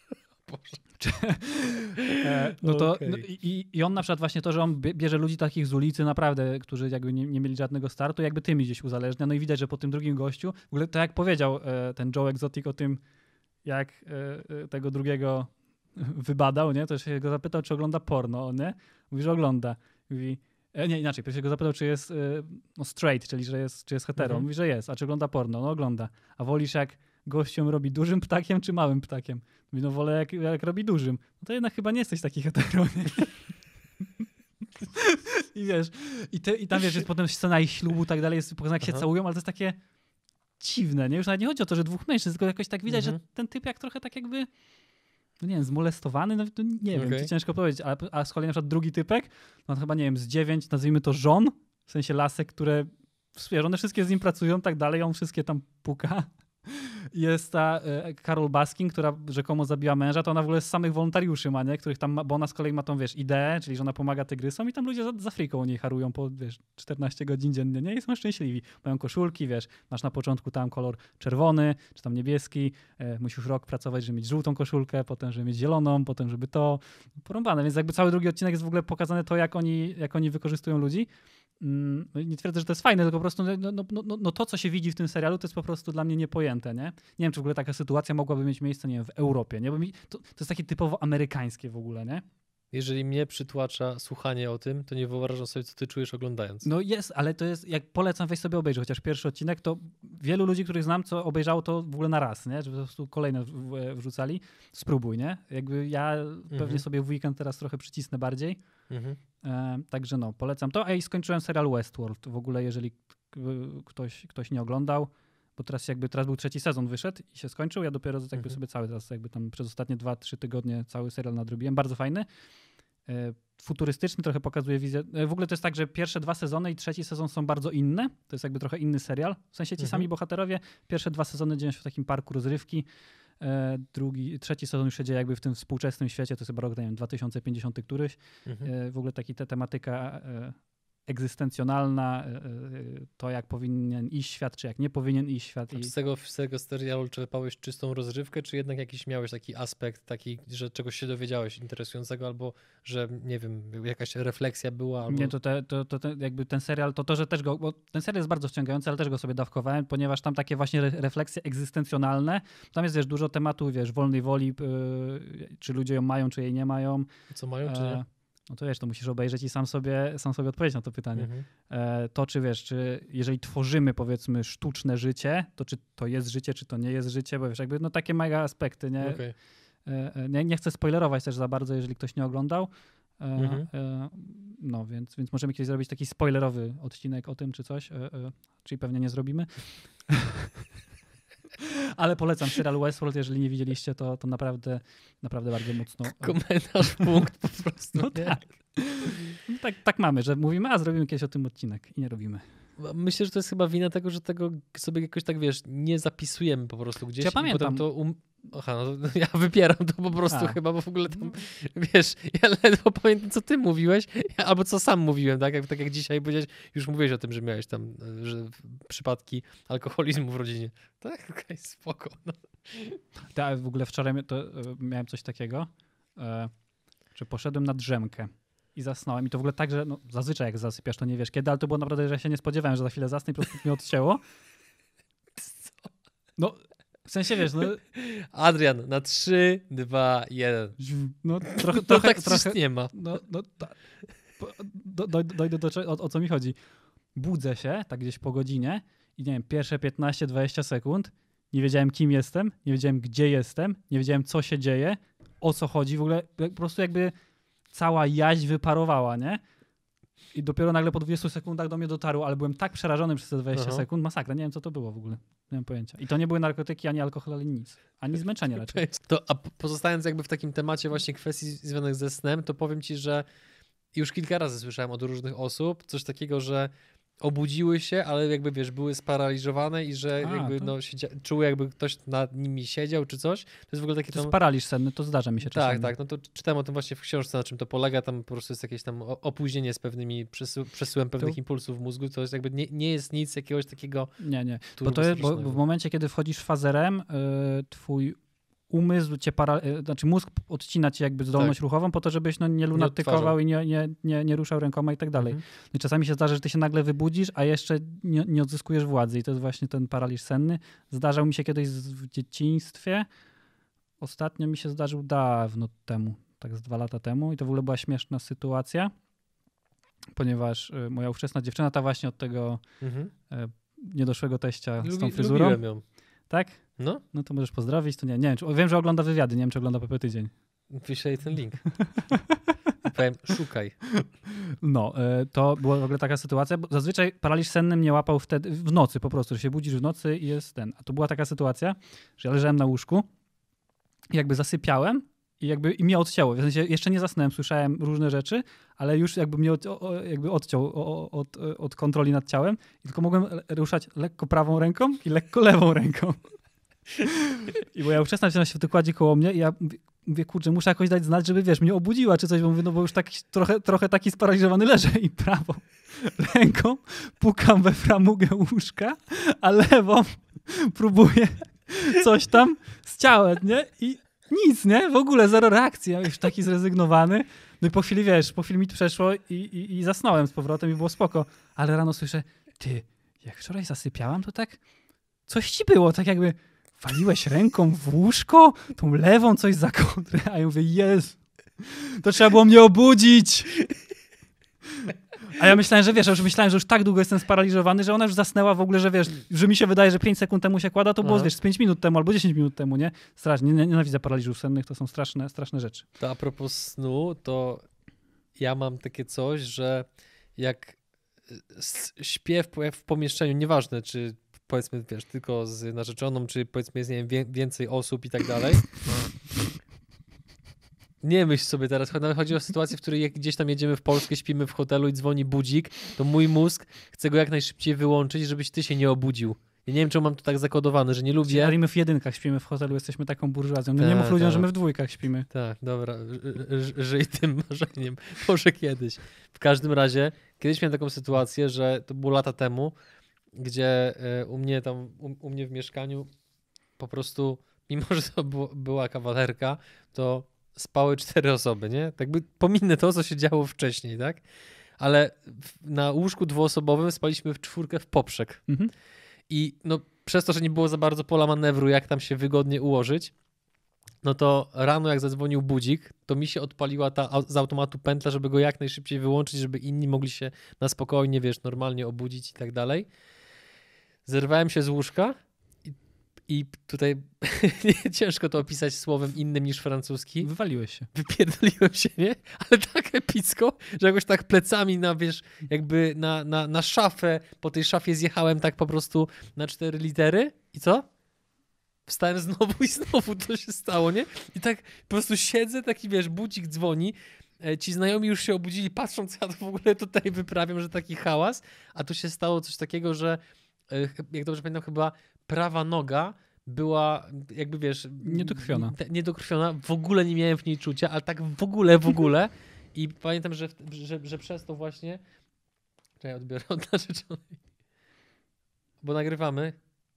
No to, okay. I on na przykład właśnie to, że on bierze ludzi takich z ulicy naprawdę, którzy jakby nie mieli żadnego startu, jakby tymi gdzieś uzależnia. No i widać, że po tym drugim gościu, w ogóle to jak powiedział ten Joe Exotic o tym, jak tego drugiego wybadał, nie? To się go zapytał, czy ogląda porno, nie? Mówi, że ogląda. Mówi, nie, inaczej, pierwszy się go zapytał, czy jest straight, czyli czy jest hetero. Mówi, że jest. A czy ogląda porno? No ogląda. A wolisz, jak gościom robi dużym ptakiem, czy małym ptakiem? Mówi, no wolę, jak robi dużym. No to jednak chyba nie jesteś taki hetero, nie? I wiesz, i tam wiesz, jest potem scena ich ślubu, tak dalej, jest pokazane, jak się całują, ale to jest takie dziwne, nie? Już nawet nie chodzi o to, że 2 mężczyzn, tylko jakoś tak widać, że ten typ jak trochę tak jakby, no nie wiem, zmolestowany, no to nie wiem, to ciężko powiedzieć, a z kolei na przykład drugi typek, no chyba, nie wiem, z 9, nazwijmy to żon, w sensie lasek, które, one wszystkie z nim pracują, tak dalej, on wszystkie tam puka. Jest ta Carol Baskin, która rzekomo zabiła męża, to ona w ogóle z samych wolontariuszy ma, nie? Których tam, bo ona z kolei ma tą, wiesz, ideę, czyli że ona pomaga tygrysom i tam ludzie za friką o niej harują po, wiesz, 14 godzin dziennie, nie? I są szczęśliwi. Mają koszulki, wiesz, masz na początku tam kolor czerwony, czy tam niebieski, musisz rok pracować, żeby mieć żółtą koszulkę, potem, żeby mieć zieloną, potem, żeby to porąbane, więc jakby cały drugi odcinek jest w ogóle pokazane to, jak oni wykorzystują ludzi. Nie twierdzę, że to jest fajne, tylko po prostu no to, co się widzi w tym serialu, to jest po prostu dla mnie niepojęte, nie? Nie wiem, czy w ogóle taka sytuacja mogłaby mieć miejsce, nie wiem, w Europie, nie? Bo to jest takie typowo amerykańskie w ogóle, nie? Jeżeli mnie przytłacza słuchanie o tym, to nie wyobrażam sobie, co ty czujesz oglądając. No jest, ale to jest, jak polecam, weź sobie obejrzeć, chociaż pierwszy odcinek, to wielu ludzi, których znam, co obejrzało to w ogóle na raz, nie? Że po prostu kolejne wrzucali. Spróbuj, nie? Jakby ja pewnie sobie w weekend teraz trochę przycisnę bardziej. Także no, polecam to. A i skończyłem serial Westworld. W ogóle, jeżeli ktoś nie oglądał, bo teraz był 3. sezon wyszedł i się skończył. Ja dopiero jakby sobie cały teraz jakby tam przez ostatnie 2-3 tygodnie cały serial nadrobiłem. Bardzo fajny. futurystyczny, trochę pokazuje wizję. W ogóle to jest tak, że pierwsze 2 sezony i 3. sezon są bardzo inne. To jest jakby trochę inny serial. W sensie ci sami bohaterowie. Pierwsze 2 sezony dzieją się w takim parku rozrywki. 3. sezon już się dzieje jakby w tym współczesnym świecie. To jest chyba rok, nie wiem, 2050 któryś. W ogóle ta tematyka egzystencjonalna, to jak powinien iść świat, czy jak nie powinien iść świat. Z tego serialu czerpałeś czystą rozrywkę, czy jednak jakiś miałeś taki aspekt, że czegoś się dowiedziałeś interesującego, albo że, nie wiem, jakaś refleksja była? Albo... Nie, jakby ten serial, to, że też go, bo ten serial jest bardzo wciągający, ale też go sobie dawkowałem, ponieważ tam takie właśnie refleksje egzystencjonalne, tam jest, wiesz, dużo tematów, wiesz, wolnej woli, czy ludzie ją mają, czy jej nie mają. Co mają, czy nie? No to wiesz, to musisz obejrzeć i sam sobie odpowiedzieć na to pytanie. To czy wiesz, czy jeżeli tworzymy, powiedzmy, sztuczne życie, to czy to jest życie, czy to nie jest życie, bo wiesz, jakby no takie mega aspekty, nie? Okay. Nie chcę spoilerować też za bardzo, jeżeli ktoś nie oglądał. No więc możemy kiedyś zrobić taki spoilerowy odcinek o tym, czy coś, czyli pewnie nie zrobimy. Ale polecam serial Westworld, jeżeli nie widzieliście, to naprawdę bardzo mocno. Komentarz, punkt po prostu. No tak. No tak mamy, że mówimy, a zrobimy kiedyś o tym odcinek i nie robimy. Myślę, że to jest chyba wina tego, że tego sobie jakoś tak, wiesz, nie zapisujemy po prostu gdzieś. Ja pamiętam. Potem to no ja wypieram to po prostu chyba, bo w ogóle tam, wiesz, ja ledwo pamiętam, co ty mówiłeś, albo co sam mówiłem, tak jak dzisiaj powiedziałeś, już mówiłeś o tym, że miałeś tam że przypadki alkoholizmu w rodzinie. Tak, okej, spoko. No. Tak, w ogóle wczoraj miałem coś takiego, że poszedłem na drzemkę i zasnąłem. I to w ogóle tak, że no, zazwyczaj jak zasypiasz, to nie wiesz kiedy, ale to było naprawdę, że ja się nie spodziewałem, że za chwilę zasnę i po prostu mnie odcięło. Co? No, w sensie wiesz, no... Adrian, na 3, 2, 1. No trochę nie ma. Dojdę o co mi chodzi. Budzę się, tak gdzieś po godzinie i nie wiem, pierwsze 15-20 sekund nie wiedziałem, kim jestem, nie wiedziałem, gdzie jestem, nie wiedziałem, co się dzieje, o co chodzi. W ogóle po prostu jakby cała jaźń wyparowała, nie? I dopiero nagle po 20 sekundach do mnie dotarło, ale byłem tak przerażony przez te 20 sekund, masakra, nie wiem, co to było w ogóle. Nie mam pojęcia. I to nie były narkotyki, ani alkohol, ani nic. Ani zmęczenie raczej. A pozostając jakby w takim temacie właśnie kwestii związanych ze snem, to powiem ci, że już kilka razy słyszałem od różnych osób coś takiego, że obudziły się, ale jakby wiesz, były sparaliżowane i że jakby to... czuły jakby ktoś nad nimi siedział czy coś. To jest w ogóle takie to jest paraliż senny, to zdarza mi się czasami. Tak, no to czytałem o tym właśnie w książce, na czym to polega, tam po prostu jest jakieś tam opóźnienie z pewnymi przesyłem pewnych impulsów w mózgu, to jest jakby nie jest nic jakiegoś takiego... Nie, bo w momencie, kiedy wchodzisz w fazę REM, twój umysł cię znaczy mózg odcina ci jakby zdolność ruchową po to, żebyś nie lunatykował i nie ruszał rękoma i tak dalej. I czasami się zdarza, że ty się nagle wybudzisz, a jeszcze nie odzyskujesz władzy i to jest właśnie ten paraliż senny. Zdarzał mi się kiedyś w dzieciństwie. Ostatnio mi się zdarzył dawno temu, tak z 2 lata temu i to w ogóle była śmieszna sytuacja, ponieważ moja ówczesna dziewczyna, ta właśnie od tego niedoszłego teścia z tą fryzurą. Lubiłem ją. Tak? No to możesz pozdrowić. To nie wiem, wiem, że ogląda wywiady, nie wiem, czy ogląda PP Tydzień. Wyślę jej ten link. Powiem, szukaj. No, to była w ogóle taka sytuacja, bo zazwyczaj paraliż senny mnie łapał wtedy w nocy po prostu, że się budzisz w nocy i jest ten. A to była taka sytuacja, że ja leżałem na łóżku i jakby zasypiałem i mnie odcięło. W sensie jeszcze nie zasnąłem, słyszałem różne rzeczy, ale już jakby mnie odciął od kontroli nad ciałem i tylko mogłem ruszać lekko prawą ręką i lekko lewą ręką. I moja ówczesna dziewczyna się wykładzi koło mnie i ja mówię, kurczę, muszę jakoś dać znać, żeby wiesz, mnie obudziła czy coś, bo mówię, no bo już tak trochę taki sparaliżowany leżę i prawą ręką pukam we framugę łóżka, a lewą próbuję coś tam z ciałem, nie? I nic, nie? W ogóle zero reakcji, ja już taki zrezygnowany. No i po chwili, wiesz, mi to przeszło i zasnąłem z powrotem i było spoko. Ale rano słyszę, ty, jak wczoraj zasypiałam, to tak coś ci było, tak jakby waliłeś ręką w łóżko, tą lewą coś za kołdrę, a ja mówię, Jezu, to trzeba było mnie obudzić. A ja myślałem, że już tak długo jestem sparaliżowany, że ona już zasnęła w ogóle, że wiesz, że mi się wydaje, że 5 sekund temu się kłada, to było, wiesz, z 5 minut temu albo 10 minut temu, nie? Strasznie, nienawidzę paraliżów sennych, to są straszne rzeczy. To a propos snu, to ja mam takie coś, że jak śpię w pomieszczeniu, nieważne, czy powiedzmy, wiesz, tylko z narzeczoną, czy powiedzmy jest, nie wiem, więcej osób i tak dalej, Nie myśl sobie teraz, nawet chodzi o sytuację, w której jak gdzieś tam jedziemy w Polskę, śpimy w hotelu i dzwoni budzik, to mój mózg chce go jak najszybciej wyłączyć, żebyś ty się nie obudził. Ja nie wiem, czemu mam to tak zakodowane, że nie lubię. Ale my w jedynkach śpimy w hotelu, jesteśmy taką burżuazją. No nie mów ludziom, że my w dwójkach śpimy. Tak, dobra, żyj tym marzeniem, może kiedyś. W każdym razie, kiedyś miałem taką sytuację, że to było lata temu, gdzie u mnie w mieszkaniu po prostu, mimo że to była kawalerka, to spały 4 osoby, nie? Tak by pominę to, co się działo wcześniej, tak? Ale na łóżku dwuosobowym spaliśmy w 4 w poprzek. Mhm. I no, przez to, że nie było za bardzo pola manewru, jak tam się wygodnie ułożyć, no to rano jak zadzwonił budzik, to mi się odpaliła ta z automatu pętla, żeby go jak najszybciej wyłączyć, żeby inni mogli się na spokojnie, wiesz, normalnie obudzić i tak dalej. Zerwałem się z łóżka i tutaj ciężko to opisać słowem innym niż francuski. Wywaliłeś się. Wypierdoliłem się, nie? Ale tak epicko, że jakoś tak plecami na, wiesz, jakby na szafę, po tej szafie zjechałem tak po prostu na 4 litery i co? Wstałem znowu i znowu to się stało, nie? I tak po prostu siedzę, taki wiesz, budzik dzwoni, ci znajomi już się obudzili, patrzą, co ja to w ogóle tutaj wyprawiam, że taki hałas, a tu się stało coś takiego, że jak dobrze pamiętam, chyba prawa noga była jakby, wiesz... Niedokrwiona. W ogóle nie miałem w niej czucia, ale tak w ogóle. I pamiętam, że przez to właśnie... Czekaj, odbiorę od narzeczonej. Bo nagrywamy.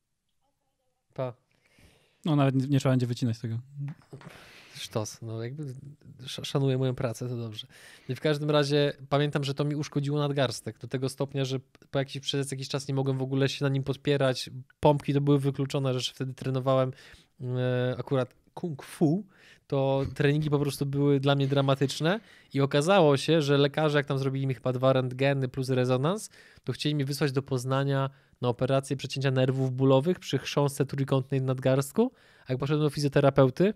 Pa. No nawet nie trzeba będzie wycinać tego. Sztos, no jakby szanuję moją pracę, to dobrze. I w każdym razie pamiętam, że to mi uszkodziło nadgarstek do tego stopnia, że przez jakiś czas nie mogłem w ogóle się na nim podpierać. Pompki to były wykluczone, że wtedy trenowałem akurat kung fu, to treningi po prostu były dla mnie dramatyczne i okazało się, że lekarze, jak tam zrobili mi chyba 2 rentgeny plus rezonans, to chcieli mi wysłać do Poznania na operację przecięcia nerwów bólowych przy chrząstce trójkątnej w nadgarstku, a jak poszedłem do fizjoterapeuty,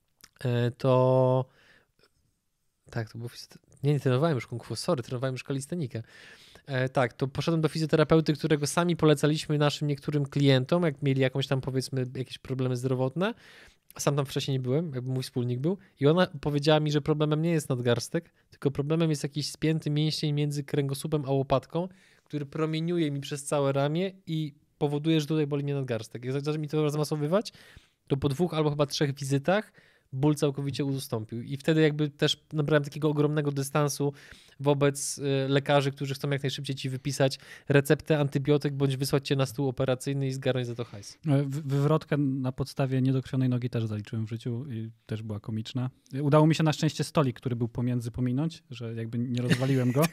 to tak, to było nie trenowałem już kung fu, trenowałem już kalistenikę. Tak, to poszedłem do fizjoterapeuty, którego sami polecaliśmy naszym niektórym klientom, jak mieli jakąś tam, powiedzmy, jakieś problemy zdrowotne. Sam tam wcześniej nie byłem, jakby mój wspólnik był i ona powiedziała mi, że problemem nie jest nadgarstek, tylko problemem jest jakiś spięty mięsień między kręgosłupem a łopatką, który promieniuje mi przez całe ramię i powoduje, że tutaj boli mnie nadgarstek. Jak zaczyna mi to zamasowywać, to po 2 albo chyba 3 wizytach ból całkowicie ustąpił. I wtedy jakby też nabrałem takiego ogromnego dystansu wobec lekarzy, którzy chcą jak najszybciej ci wypisać receptę, antybiotyk, bądź wysłać cię na stół operacyjny i zgarnąć za to hajs. Wywrotkę na podstawie niedokrwionej nogi też zaliczyłem w życiu i też była komiczna. Udało mi się na szczęście stolik, który był pominąć, że jakby nie rozwaliłem go.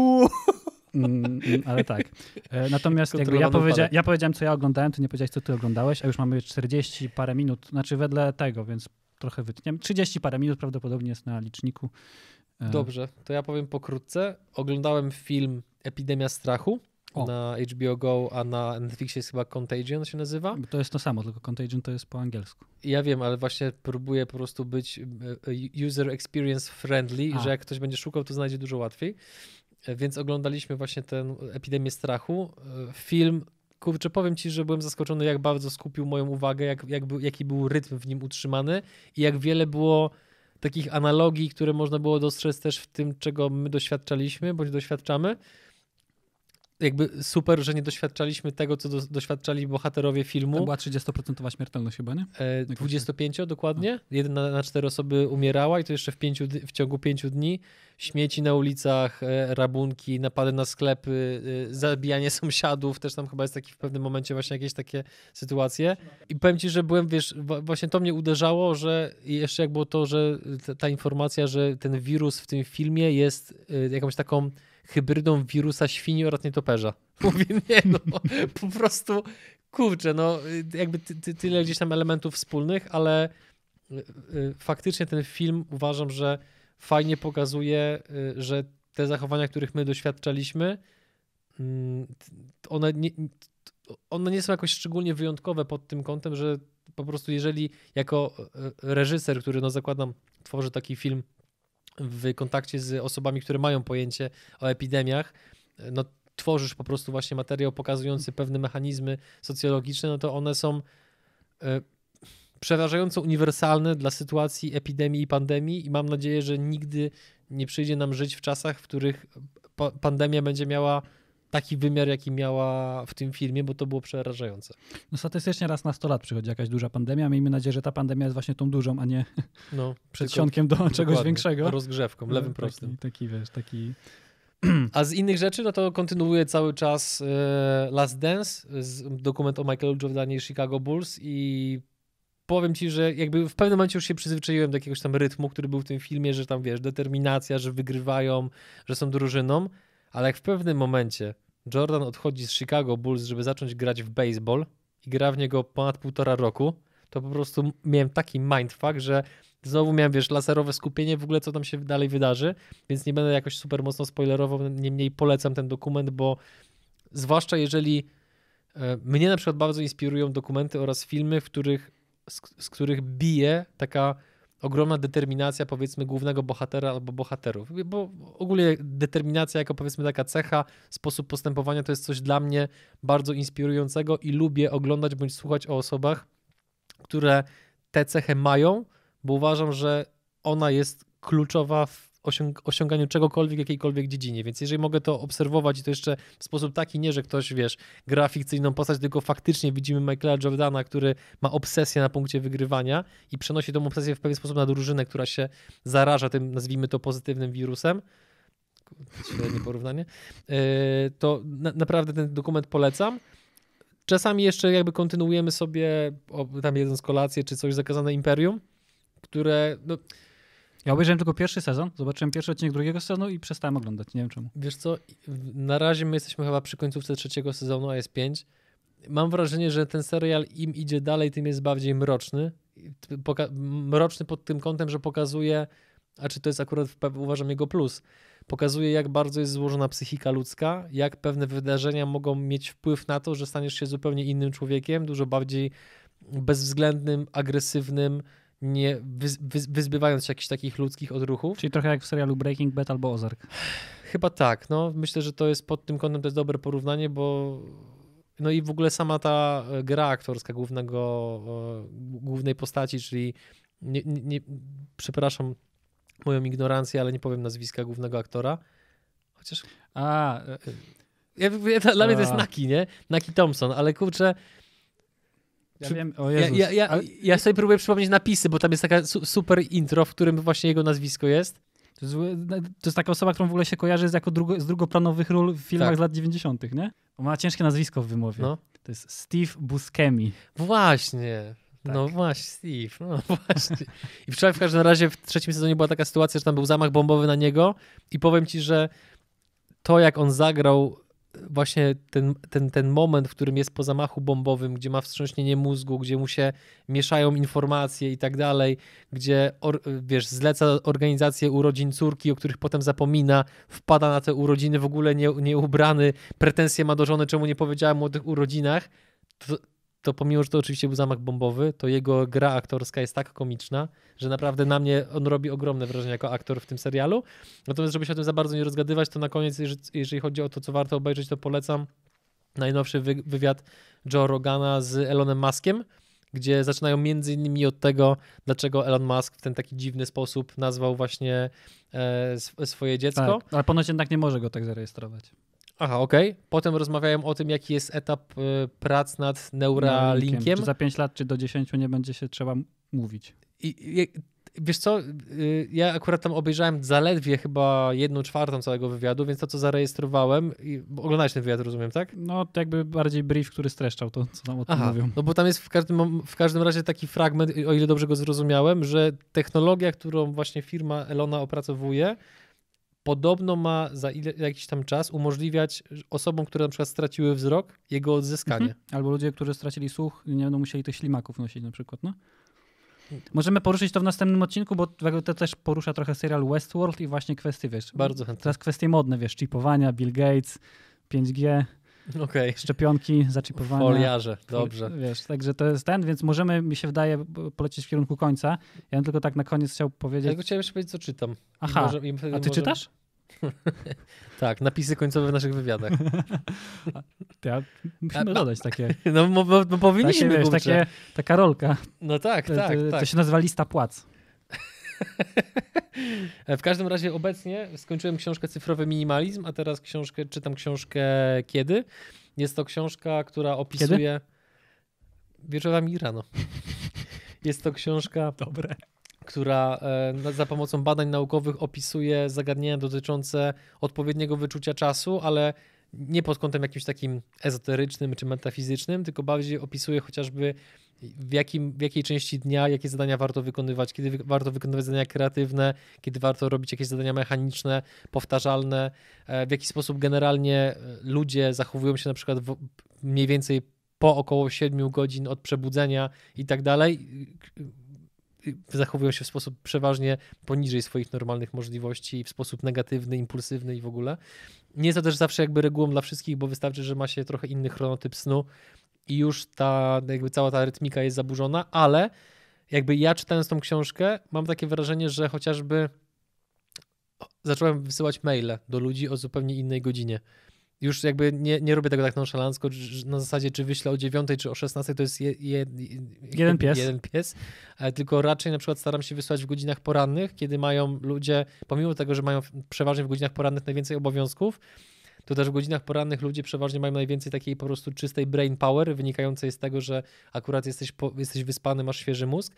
Ale tak. Natomiast jakby ja powiedziałem, co ja oglądałem, ty nie powiedziałeś, co ty oglądałeś, a już mamy 40 parę minut, znaczy wedle tego, więc trochę wytniemy. 30 parę minut prawdopodobnie jest na liczniku. Dobrze, to ja powiem pokrótce. Oglądałem film Epidemia strachu na HBO Go, a na Netflixie jest chyba Contagion się nazywa. To jest to samo, tylko Contagion to jest po angielsku. Ja wiem, ale właśnie próbuję po prostu być user experience friendly, że jak ktoś będzie szukał, to znajdzie dużo łatwiej. Więc oglądaliśmy właśnie tę Epidemię strachu. Film, kurczę, powiem ci, że byłem zaskoczony, jak bardzo skupił moją uwagę, jaki był rytm w nim utrzymany i jak wiele było takich analogii, które można było dostrzec też w tym, czego my doświadczaliśmy, bądź doświadczamy. Jakby super, że nie doświadczaliśmy tego, co doświadczali bohaterowie filmu. To była 30% śmiertelność chyba, nie? 25 dokładnie. 1 na 4 osoby umierała i to jeszcze w ciągu 5 dni. Śmieci na ulicach, rabunki, napady na sklepy, zabijanie sąsiadów. Też tam chyba jest taki w pewnym momencie właśnie jakieś takie sytuacje. I powiem ci, że byłem, wiesz, właśnie to mnie uderzało, że jeszcze jak było to, że ta informacja, że ten wirus w tym filmie jest jakąś taką hybrydą wirusa świni oraz nietoperza. Mówię, nie no, po prostu, kurczę, no jakby tyle gdzieś tam elementów wspólnych, ale faktycznie ten film uważam, że fajnie pokazuje, że te zachowania, których my doświadczaliśmy, one nie są jakoś szczególnie wyjątkowe pod tym kątem, że po prostu jeżeli jako reżyser, który no zakładam tworzy taki film w kontakcie z osobami, które mają pojęcie o epidemiach, no tworzysz po prostu właśnie materiał pokazujący pewne mechanizmy socjologiczne, no to one są przerażająco uniwersalne dla sytuacji epidemii i pandemii i mam nadzieję, że nigdy nie przyjdzie nam żyć w czasach, w których pandemia będzie miała taki wymiar, jaki miała w tym filmie, bo to było przerażające. No statystycznie raz na 100 lat przychodzi jakaś duża pandemia. Miejmy nadzieję, że ta pandemia jest właśnie tą dużą, a nie przedsionkiem do czegoś większego. Rozgrzewką, lewym prostym. Taki... A z innych rzeczy, no to kontynuuję cały czas Last Dance, dokument o Michaelu Jordanie i Chicago Bulls i powiem ci, że jakby w pewnym momencie już się przyzwyczaiłem do jakiegoś tam rytmu, który był w tym filmie, że tam wiesz, determinacja, że wygrywają, że są drużyną, ale jak w pewnym momencie Jordan odchodzi z Chicago Bulls, żeby zacząć grać w baseball i gra w niego ponad 1,5 roku, to po prostu miałem taki mindfuck, że znowu miałem, wiesz, laserowe skupienie w ogóle, co tam się dalej wydarzy, więc nie będę jakoś super mocno spoilerował, niemniej polecam ten dokument, bo zwłaszcza jeżeli mnie na przykład bardzo inspirują dokumenty oraz filmy, z których bije taka ogromna determinacja, powiedzmy, głównego bohatera albo bohaterów. Bo ogólnie determinacja jako, powiedzmy, taka cecha, sposób postępowania to jest coś dla mnie bardzo inspirującego i lubię oglądać bądź słuchać o osobach, które tę cechę mają, bo uważam, że ona jest kluczowa w osiąganiu czegokolwiek, jakiejkolwiek dziedzinie. Więc jeżeli mogę to obserwować i to jeszcze w sposób taki, nie, że ktoś, wiesz, gra fikcyjną postać, tylko faktycznie widzimy Michaela Jordana, który ma obsesję na punkcie wygrywania i przenosi tą obsesję w pewien sposób na drużynę, która się zaraża tym, nazwijmy to, pozytywnym wirusem. Średnie porównanie. To naprawdę ten dokument polecam. Czasami jeszcze jakby kontynuujemy sobie tam jedząc kolację czy coś, Zakazane Imperium, które... No, ja obejrzałem tylko pierwszy sezon, zobaczyłem pierwszy odcinek drugiego sezonu i przestałem oglądać, nie wiem czemu. Wiesz co, na razie my jesteśmy chyba przy końcówce 3. sezonu, a jest 5. Mam wrażenie, że ten serial im idzie dalej, tym jest bardziej mroczny. Mroczny pod tym kątem, że pokazuje, a czy to jest akurat, uważam, jego plus, pokazuje, jak bardzo jest złożona psychika ludzka, jak pewne wydarzenia mogą mieć wpływ na to, że staniesz się zupełnie innym człowiekiem, dużo bardziej bezwzględnym, agresywnym, nie wyzbywając się jakichś takich ludzkich odruchów. Czyli trochę jak w serialu Breaking Bad albo Ozark. Chyba tak, no. Myślę, że to jest pod tym kątem to jest dobre porównanie, bo no i w ogóle sama ta gra aktorska głównej postaci, czyli przepraszam moją ignorancję, ale nie powiem nazwiska głównego aktora, chociaż dla mnie to jest Naki, nie? Naki Thompson, ale kurczę, ja wiem, o Jezus. Ja sobie próbuję przypomnieć napisy, bo tam jest taka super intro, w którym właśnie jego nazwisko jest. To jest taka osoba, którą w ogóle się kojarzy z drugoplanowych ról w filmach z lat 90., nie? On ma ciężkie nazwisko w wymowie. No. To jest Steve Buscemi. Właśnie. Tak. No właśnie, Steve. No właśnie. I wczoraj w każdym razie w 3. sezonie była taka sytuacja, że tam był zamach bombowy na niego i powiem ci, że to jak on zagrał właśnie ten moment, w którym jest po zamachu bombowym, gdzie ma wstrząśnienie mózgu, gdzie mu się mieszają informacje i tak dalej, gdzie wiesz, zleca organizację urodzin córki, o których potem zapomina, wpada na te urodziny w ogóle nieubrany, pretensje ma do żony, czemu nie powiedziałem mu o tych urodzinach, to pomimo, że to oczywiście był zamach bombowy, to jego gra aktorska jest tak komiczna, że naprawdę na mnie on robi ogromne wrażenie jako aktor w tym serialu. Natomiast żeby się o tym za bardzo nie rozgadywać, to na koniec, jeżeli chodzi o to, co warto obejrzeć, to polecam najnowszy wywiad Joe Rogana z Elonem Muskiem, gdzie zaczynają między innymi od tego, dlaczego Elon Musk w ten taki dziwny sposób nazwał właśnie swoje dziecko. Tak, ale ponoć jednak nie może go tak zarejestrować. Aha, okej. Potem rozmawiałem o tym, jaki jest etap prac nad Neuralinkiem. Czy za 5 lat, czy do 10 nie będzie się trzeba mówić. I wiesz co, ja akurat tam obejrzałem zaledwie chyba 1/4 całego wywiadu, więc to, co zarejestrowałem, oglądałeś ten wywiad, rozumiem, tak? No, to jakby bardziej brief, który streszczał to, co tam o tym mówią. No bo tam jest w każdym razie taki fragment, o ile dobrze go zrozumiałem, że technologia, którą właśnie firma Elona opracowuje, podobno ma za jakiś tam czas umożliwiać osobom, które na przykład straciły wzrok, jego odzyskanie. Albo ludzie, którzy stracili słuch, nie będą musieli tych ślimaków nosić na przykład, no. Możemy poruszyć to w następnym odcinku, bo to też porusza trochę serial Westworld i właśnie kwestie, wiesz. Bardzo chętnie. Teraz kwestie modne, wiesz, chipowania, Bill Gates, 5G, szczepionki, zaczipowania. Foliarze, dobrze. Wiesz, także to jest więc możemy, mi się wydaje, polecieć w kierunku końca. Ja bym tylko tak na koniec chciał powiedzieć. Ja chciałem jeszcze powiedzieć, co czytam. Aha, a ty czytasz? Tak, napisy końcowe w naszych wywiadach. Musimy dodać takie. No powinniśmy, takie, wiesz, taka rolka. No tak. To się nazywa lista płac. W każdym razie obecnie skończyłem książkę Cyfrowy Minimalizm, a teraz czytam książkę Kiedy. Jest to książka, która opisuje... Kiedy? Wieczorami rano. Jest to książka, która za pomocą badań naukowych opisuje zagadnienia dotyczące odpowiedniego wyczucia czasu, ale nie pod kątem jakimś takim ezoterycznym czy metafizycznym, tylko bardziej opisuje chociażby w jakiej części dnia jakie zadania warto wykonywać, kiedy warto wykonywać zadania kreatywne, kiedy warto robić jakieś zadania mechaniczne, powtarzalne, w jaki sposób generalnie ludzie zachowują się na przykład mniej więcej po około 7 godzin od przebudzenia i tak dalej, zachowują się w sposób przeważnie poniżej swoich normalnych możliwości, w sposób negatywny, impulsywny i w ogóle. Nie jest to też zawsze jakby regułą dla wszystkich, bo wystarczy, że ma się trochę inny chronotyp snu i już cała ta rytmika jest zaburzona, ale jakby ja czytając tą książkę mam takie wrażenie, że chociażby zacząłem wysyłać maile do ludzi o zupełnie innej godzinie. Już jakby nie robię tego tak nonszalancko, na zasadzie czy wyślę o 9 czy o 16 to jest jeden pies, tylko raczej na przykład staram się wysłać w godzinach porannych, kiedy mają ludzie, pomimo tego, że mają przeważnie w godzinach porannych najwięcej obowiązków, to też w godzinach porannych ludzie przeważnie mają najwięcej takiej po prostu czystej brain power, wynikającej z tego, że akurat jesteś wyspany, masz świeży mózg.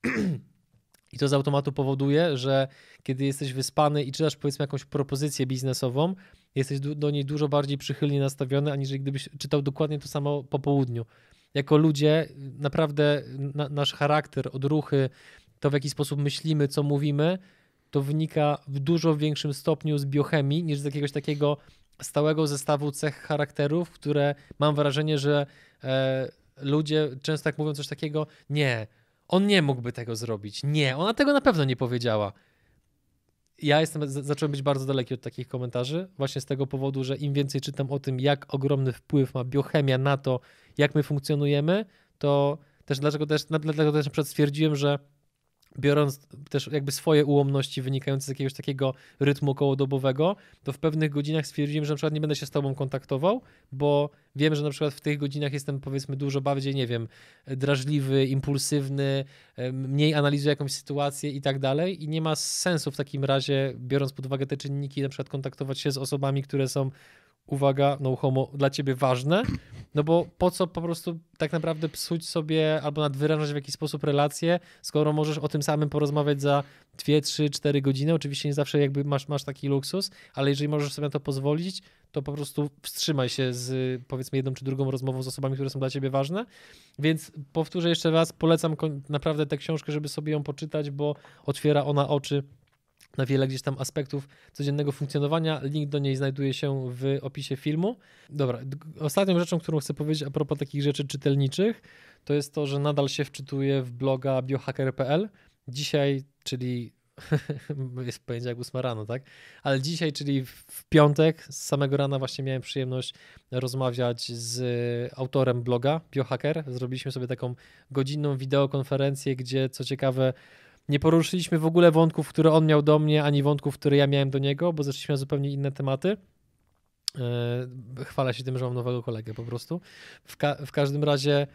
I to z automatu powoduje, że kiedy jesteś wyspany i czytasz powiedzmy jakąś propozycję biznesową, jesteś do niej dużo bardziej przychylnie nastawiony, aniżeli gdybyś czytał dokładnie to samo po południu. Jako ludzie naprawdę nasz charakter, odruchy, to w jaki sposób myślimy, co mówimy, to wynika w dużo większym stopniu z biochemii niż z jakiegoś takiego stałego zestawu cech charakterów, które mam wrażenie, że ludzie często tak mówią coś takiego, nie, on nie mógłby tego zrobić, nie, ona tego na pewno nie powiedziała. Ja zacząłem być bardzo daleki od takich komentarzy, właśnie z tego powodu, że im więcej czytam o tym, jak ogromny wpływ ma biochemia na to, jak my funkcjonujemy, to też dlatego też na przykład stwierdziłem, że biorąc też jakby swoje ułomności wynikające z jakiegoś takiego rytmu okołodobowego, to w pewnych godzinach stwierdziłem, że na przykład nie będę się z tobą kontaktował, bo wiem, że na przykład w tych godzinach jestem powiedzmy dużo bardziej, nie wiem, drażliwy, impulsywny, mniej analizuję jakąś sytuację i tak dalej i nie ma sensu w takim razie, biorąc pod uwagę te czynniki, na przykład kontaktować się z osobami, które są, uwaga, no homo, dla ciebie ważne, no bo po co po prostu tak naprawdę psuć sobie albo nadwyrężać w jakiś sposób relacje, skoro możesz o tym samym porozmawiać za 2, 3, 4 godziny. Oczywiście nie zawsze jakby masz taki luksus, ale jeżeli możesz sobie na to pozwolić, to po prostu wstrzymaj się z powiedzmy jedną czy drugą rozmową z osobami, które są dla ciebie ważne. Więc powtórzę jeszcze raz, polecam naprawdę tę książkę, żeby sobie ją poczytać, bo otwiera ona oczy na wiele gdzieś tam aspektów codziennego funkcjonowania. Link do niej znajduje się w opisie filmu. Dobra, ostatnią rzeczą, którą chcę powiedzieć a propos takich rzeczy czytelniczych, to jest to, że nadal się wczytuję w bloga biohacker.pl. Dzisiaj, czyli jest poniedziałek 8 rano, tak? Ale dzisiaj, czyli w piątek, z samego rana właśnie miałem przyjemność rozmawiać z autorem bloga Biohacker. Zrobiliśmy sobie taką godzinną wideokonferencję, gdzie co ciekawe nie poruszyliśmy w ogóle wątków, które on miał do mnie, ani wątków, które ja miałem do niego, bo zaczęliśmy na zupełnie inne tematy. Chwalę się tym, że mam nowego kolegę po prostu. W każdym razie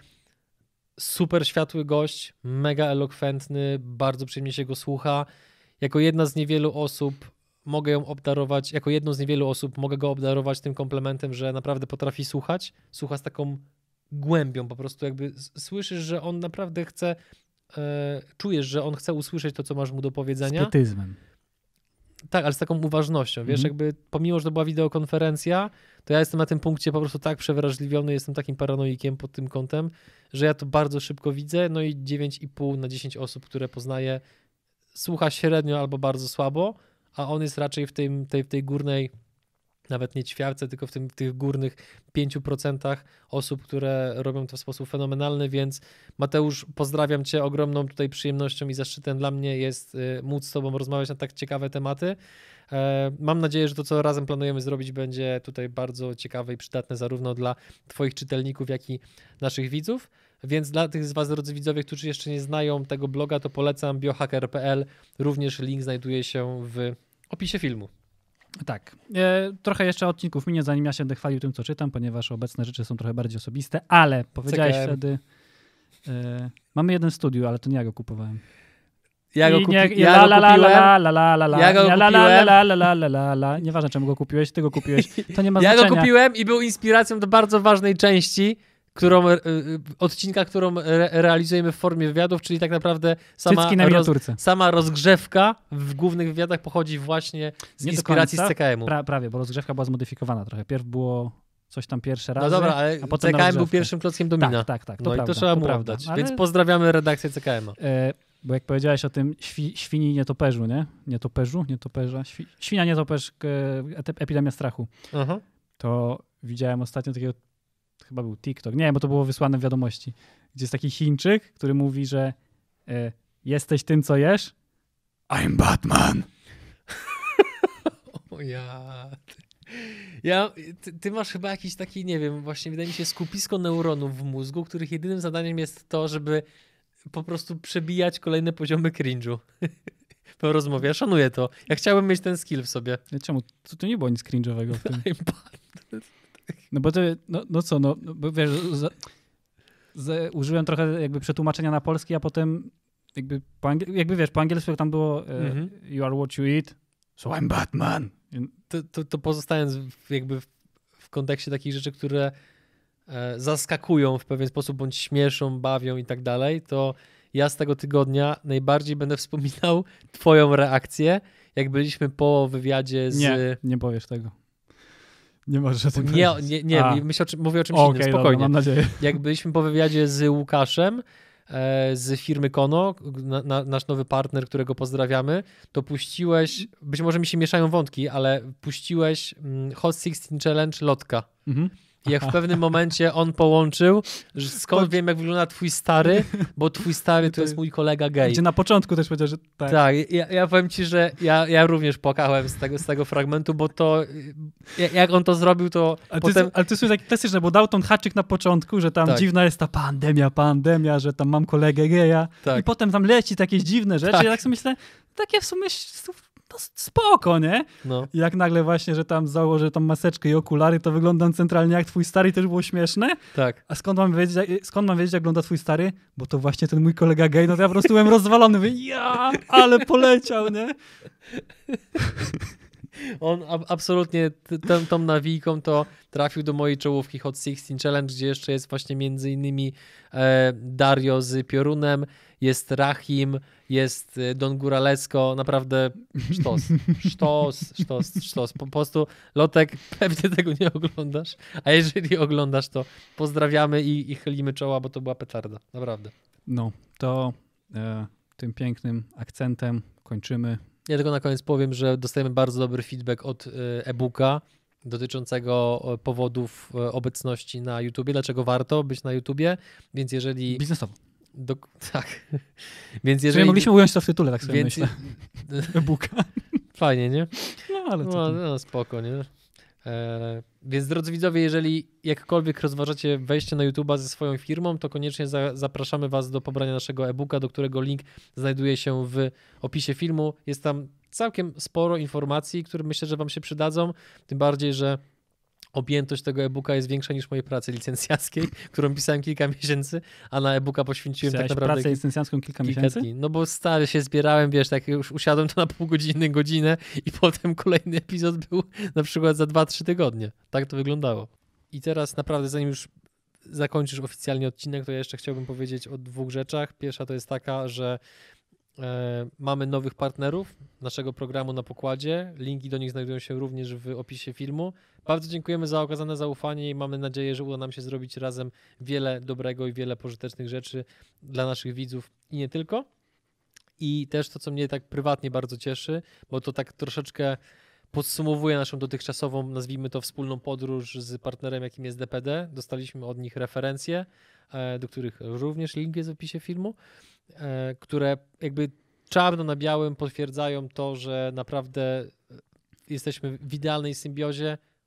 super światły gość, mega elokwentny, bardzo przyjemnie się go słucha. Jako jedna z niewielu osób mogę ją obdarować, jako jedną z niewielu osób mogę go obdarować tym komplementem, że naprawdę potrafi słuchać. Słucha z taką głębią, po prostu jakby słyszysz, że on naprawdę chce, czujesz, że on chce usłyszeć to, co masz mu do powiedzenia. Z pietyzmem. Tak, ale z taką uważnością, wiesz, jakby pomimo, że to była wideokonferencja, to ja jestem na tym punkcie po prostu tak przewrażliwiony, jestem takim paranoikiem pod tym kątem, że ja to bardzo szybko widzę, no i 9,5 na 10 osób, które poznaję, słucha średnio albo bardzo słabo, a on jest raczej w tej górnej, nawet nie ćwiartce, tylko w tych górnych 5% osób, które robią to w sposób fenomenalny, więc Mateusz, pozdrawiam cię, ogromną tutaj przyjemnością i zaszczytem dla mnie jest móc z tobą rozmawiać na tak ciekawe tematy. Mam nadzieję, że to, co razem planujemy zrobić, będzie tutaj bardzo ciekawe i przydatne zarówno dla twoich czytelników, jak i naszych widzów. Więc dla tych z was, drodzy widzowie, którzy jeszcze nie znają tego bloga, to polecam biohacker.pl. Również link znajduje się w opisie filmu. Tak. Trochę jeszcze odcinków minie, zanim ja się będę chwalił tym, co czytam, ponieważ obecne rzeczy są trochę bardziej osobiste, ale powiedziałeś wtedy... mamy jeden studio, ale to nie ja go kupowałem. Ja go kupiłem. Nieważne, czemu go kupiłeś, ty go kupiłeś. To nie ma znaczenia. Ja go kupiłem i był inspiracją do bardzo ważnej części, odcinka, którą realizujemy w formie wywiadów, czyli tak naprawdę sama rozgrzewka w głównych wywiadach pochodzi właśnie z inspiracji z CKM-u. Prawie, bo rozgrzewka była zmodyfikowana trochę. Pierw było coś tam pierwsze razy, no dobra, ale a potem CKM był pierwszym klockiem domina. Tak. To no prawda, i to trzeba mu oddać. Ale... Więc pozdrawiamy redakcję CKM-a. Bo jak powiedziałeś o tym świni nietoperzu, nie? Nietoperza. Świnia nietoperz, epidemia strachu. Aha. To widziałem ostatnio takiego, chyba był TikTok, nie, bo to było wysłane w wiadomości, gdzie jest taki Chińczyk, który mówi, że jesteś tym, co jesz? I'm Batman. O ty masz chyba jakiś taki, nie wiem, właśnie wydaje mi się skupisko neuronów w mózgu, których jedynym zadaniem jest to, żeby po prostu przebijać kolejne poziomy cringe'u po rozmowie. Ja szanuję to. Ja chciałbym mieć ten skill w sobie. Czemu? To nie było nic cringe'owego w tym. No bo to, bo wiesz, użyłem trochę jakby przetłumaczenia na polski, a potem jakby wiesz, po angielsku tam było you are what you eat, so I'm Batman. To pozostając jakby w kontekście takich rzeczy, które zaskakują w pewien sposób, bądź śmieszą, bawią i tak dalej, to ja z tego tygodnia najbardziej będę wspominał twoją reakcję, jak byliśmy po wywiadzie z... Nie powiesz tego. Nie możesz o tym powiedzieć. Nie, mówię o czymś innym, spokojnie. Dobra, mam nadzieję. Jak byliśmy po wywiadzie z Łukaszem z firmy Kono, nasz nowy partner, którego pozdrawiamy, to puściłeś, być może mi się mieszają wątki, ale puściłeś Hot 16 Challenge Lotka. I jak w pewnym momencie on połączył, że skąd wiem, jak wygląda twój stary, bo twój stary to jest mój kolega gej. Gdzie na początku też powiedział, że tak. Tak, ja powiem ci, że ja również płakałem z tego fragmentu, bo to, jak on to zrobił, to potem... Ale to jest tak klasyczne, bo dał ten haczyk na początku, że tam dziwna jest ta pandemia, że tam mam kolegę geja i potem tam leci takie dziwne rzeczy. Ja tak sobie myślę, takie w sumie... To spoko, nie? No. I jak nagle właśnie, że tam założę tą maseczkę i okulary, to wyglądam centralnie jak twój stary, też było śmieszne. Tak. A skąd mam wiedzieć, jak wygląda twój stary? Bo to właśnie ten mój kolega gej, no to ja po prostu byłem rozwalony. Mówię, ale poleciał, nie? On absolutnie tą nawijką to trafił do mojej czołówki Hot 16 Challenge, gdzie jeszcze jest właśnie między innymi Dario z Piorunem, jest Rahim, jest Don Góralesco, naprawdę sztos. Po prostu, Lotek, pewnie tego nie oglądasz, a jeżeli oglądasz, to pozdrawiamy i chylimy czoła, bo to była petarda, naprawdę. No, to tym pięknym akcentem kończymy. Ja tylko na koniec powiem, że dostajemy bardzo dobry feedback od e-booka dotyczącego powodów obecności na YouTubie, dlaczego warto być na YouTubie, więc jeżeli... Biznesowo. Tak. Więc jeżeli... mogliśmy ująć to w tytule, tak sobie myślę. E-booka. Fajnie, nie? No, ale no spoko, nie? Więc drodzy widzowie, jeżeli jakkolwiek rozważacie wejście na YouTube'a ze swoją firmą, to koniecznie zapraszamy was do pobrania naszego e-booka, do którego link znajduje się w opisie filmu. Jest tam całkiem sporo informacji, które myślę, że wam się przydadzą, tym bardziej, że objętość tego e-booka jest większa niż mojej pracy licencjackiej, którą pisałem kilka miesięcy, a na e-booka poświęciłem tak naprawdę... pracę licencjacką kilka miesięcy? Dni. No bo stary się zbierałem, wiesz, tak już usiadłem to na pół godziny, godzinę i potem kolejny epizod był na przykład za 2-3 tygodnie. Tak to wyglądało. I teraz naprawdę, zanim już zakończysz oficjalnie odcinek, to ja jeszcze chciałbym powiedzieć o 2 rzeczach. Pierwsza to jest taka, że mamy nowych partnerów naszego programu na pokładzie. Linki do nich znajdują się również w opisie filmu. Bardzo dziękujemy za okazane zaufanie i mamy nadzieję, że uda nam się zrobić razem wiele dobrego i wiele pożytecznych rzeczy dla naszych widzów i nie tylko. I też to, co mnie tak prywatnie bardzo cieszy, bo to tak troszeczkę podsumowuje naszą dotychczasową, nazwijmy to, wspólną podróż z partnerem, jakim jest DPD. Dostaliśmy od nich referencje, do których również link jest w opisie filmu, które jakby czarno na białym potwierdzają to, że naprawdę jesteśmy w idealnej symbiozie.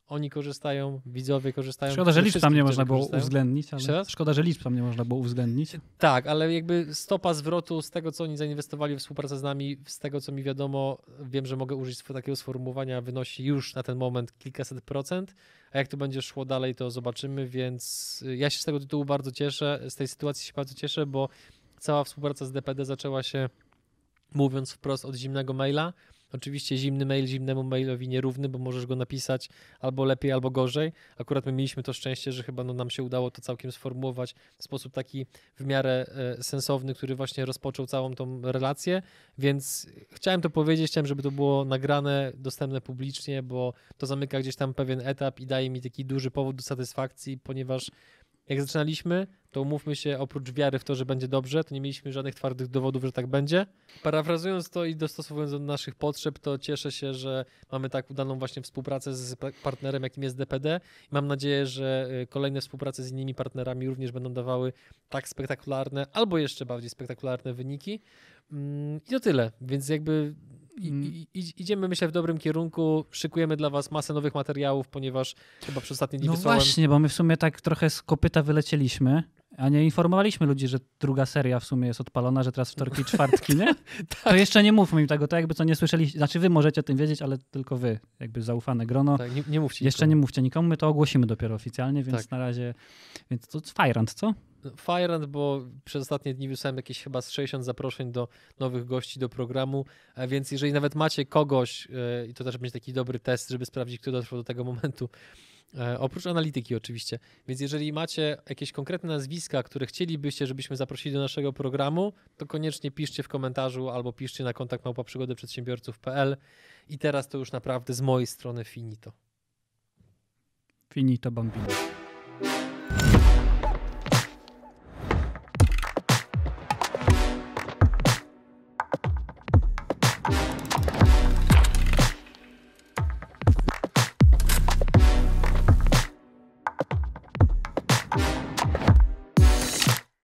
oni korzystają, widzowie korzystają. Szkoda, że liczb tam nie można było korzystają. uwzględnić. Szkoda, że liczb tam nie można było uwzględnić. Tak, ale jakby stopa zwrotu z tego, co oni zainwestowali w współpracę z nami, z tego, co mi wiadomo, wiem, że mogę użyć takiego sformułowania, wynosi już na ten moment kilkaset procent, a jak to będzie szło dalej, to zobaczymy, więc ja się z tego tytułu bardzo cieszę, z tej sytuacji się bardzo cieszę, bo cała współpraca z DPD zaczęła się, mówiąc wprost, od zimnego maila. Oczywiście zimny mail zimnemu mailowi nierówny, bo możesz go napisać albo lepiej, albo gorzej. Akurat my mieliśmy to szczęście, że chyba nam się udało to całkiem sformułować w sposób taki w miarę sensowny, który właśnie rozpoczął całą tą relację, więc chciałem to powiedzieć, chciałem, żeby to było nagrane, dostępne publicznie, bo to zamyka gdzieś tam pewien etap i daje mi taki duży powód do satysfakcji, ponieważ jak zaczynaliśmy, to umówmy się, oprócz wiary w to, że będzie dobrze, to nie mieliśmy żadnych twardych dowodów, że tak będzie. Parafrazując to i dostosowując do naszych potrzeb, to cieszę się, że mamy tak udaną właśnie współpracę z partnerem, jakim jest DPD. I mam nadzieję, że kolejne współprace z innymi partnerami również będą dawały tak spektakularne, albo jeszcze bardziej spektakularne wyniki. I to tyle, więc jakby idziemy, myślę, w dobrym kierunku. Szykujemy dla was masę nowych materiałów, ponieważ chyba przez ostatnie dni wysłałem... No właśnie, bo my w sumie tak trochę z kopyta wylecieliśmy, a nie informowaliśmy ludzi, że druga seria w sumie jest odpalona, że teraz wtorki i czwartki, nie? Tak. To jeszcze nie mówmy im tego, to jakby co nie słyszeliście, znaczy wy możecie o tym wiedzieć, ale tylko wy, jakby zaufane grono. Tak, nie mówcie jeszcze nikomu. Nie mówcie nikomu, my to ogłosimy dopiero oficjalnie, więc na razie, więc to Fajrant, co? Fajrant, bo przez ostatnie dni wysłałem jakieś chyba z 60 zaproszeń do nowych gości do programu, więc jeżeli nawet macie kogoś, i to też będzie taki dobry test, żeby sprawdzić, kto dotrwał do tego momentu, oprócz analityki oczywiście, więc jeżeli macie jakieś konkretne nazwiska, które chcielibyście, żebyśmy zaprosili do naszego programu, to koniecznie piszcie w komentarzu albo piszcie na kontakt@przygodeprzedsiębiorców.pl i teraz to już naprawdę z mojej strony finito. Finito bambino.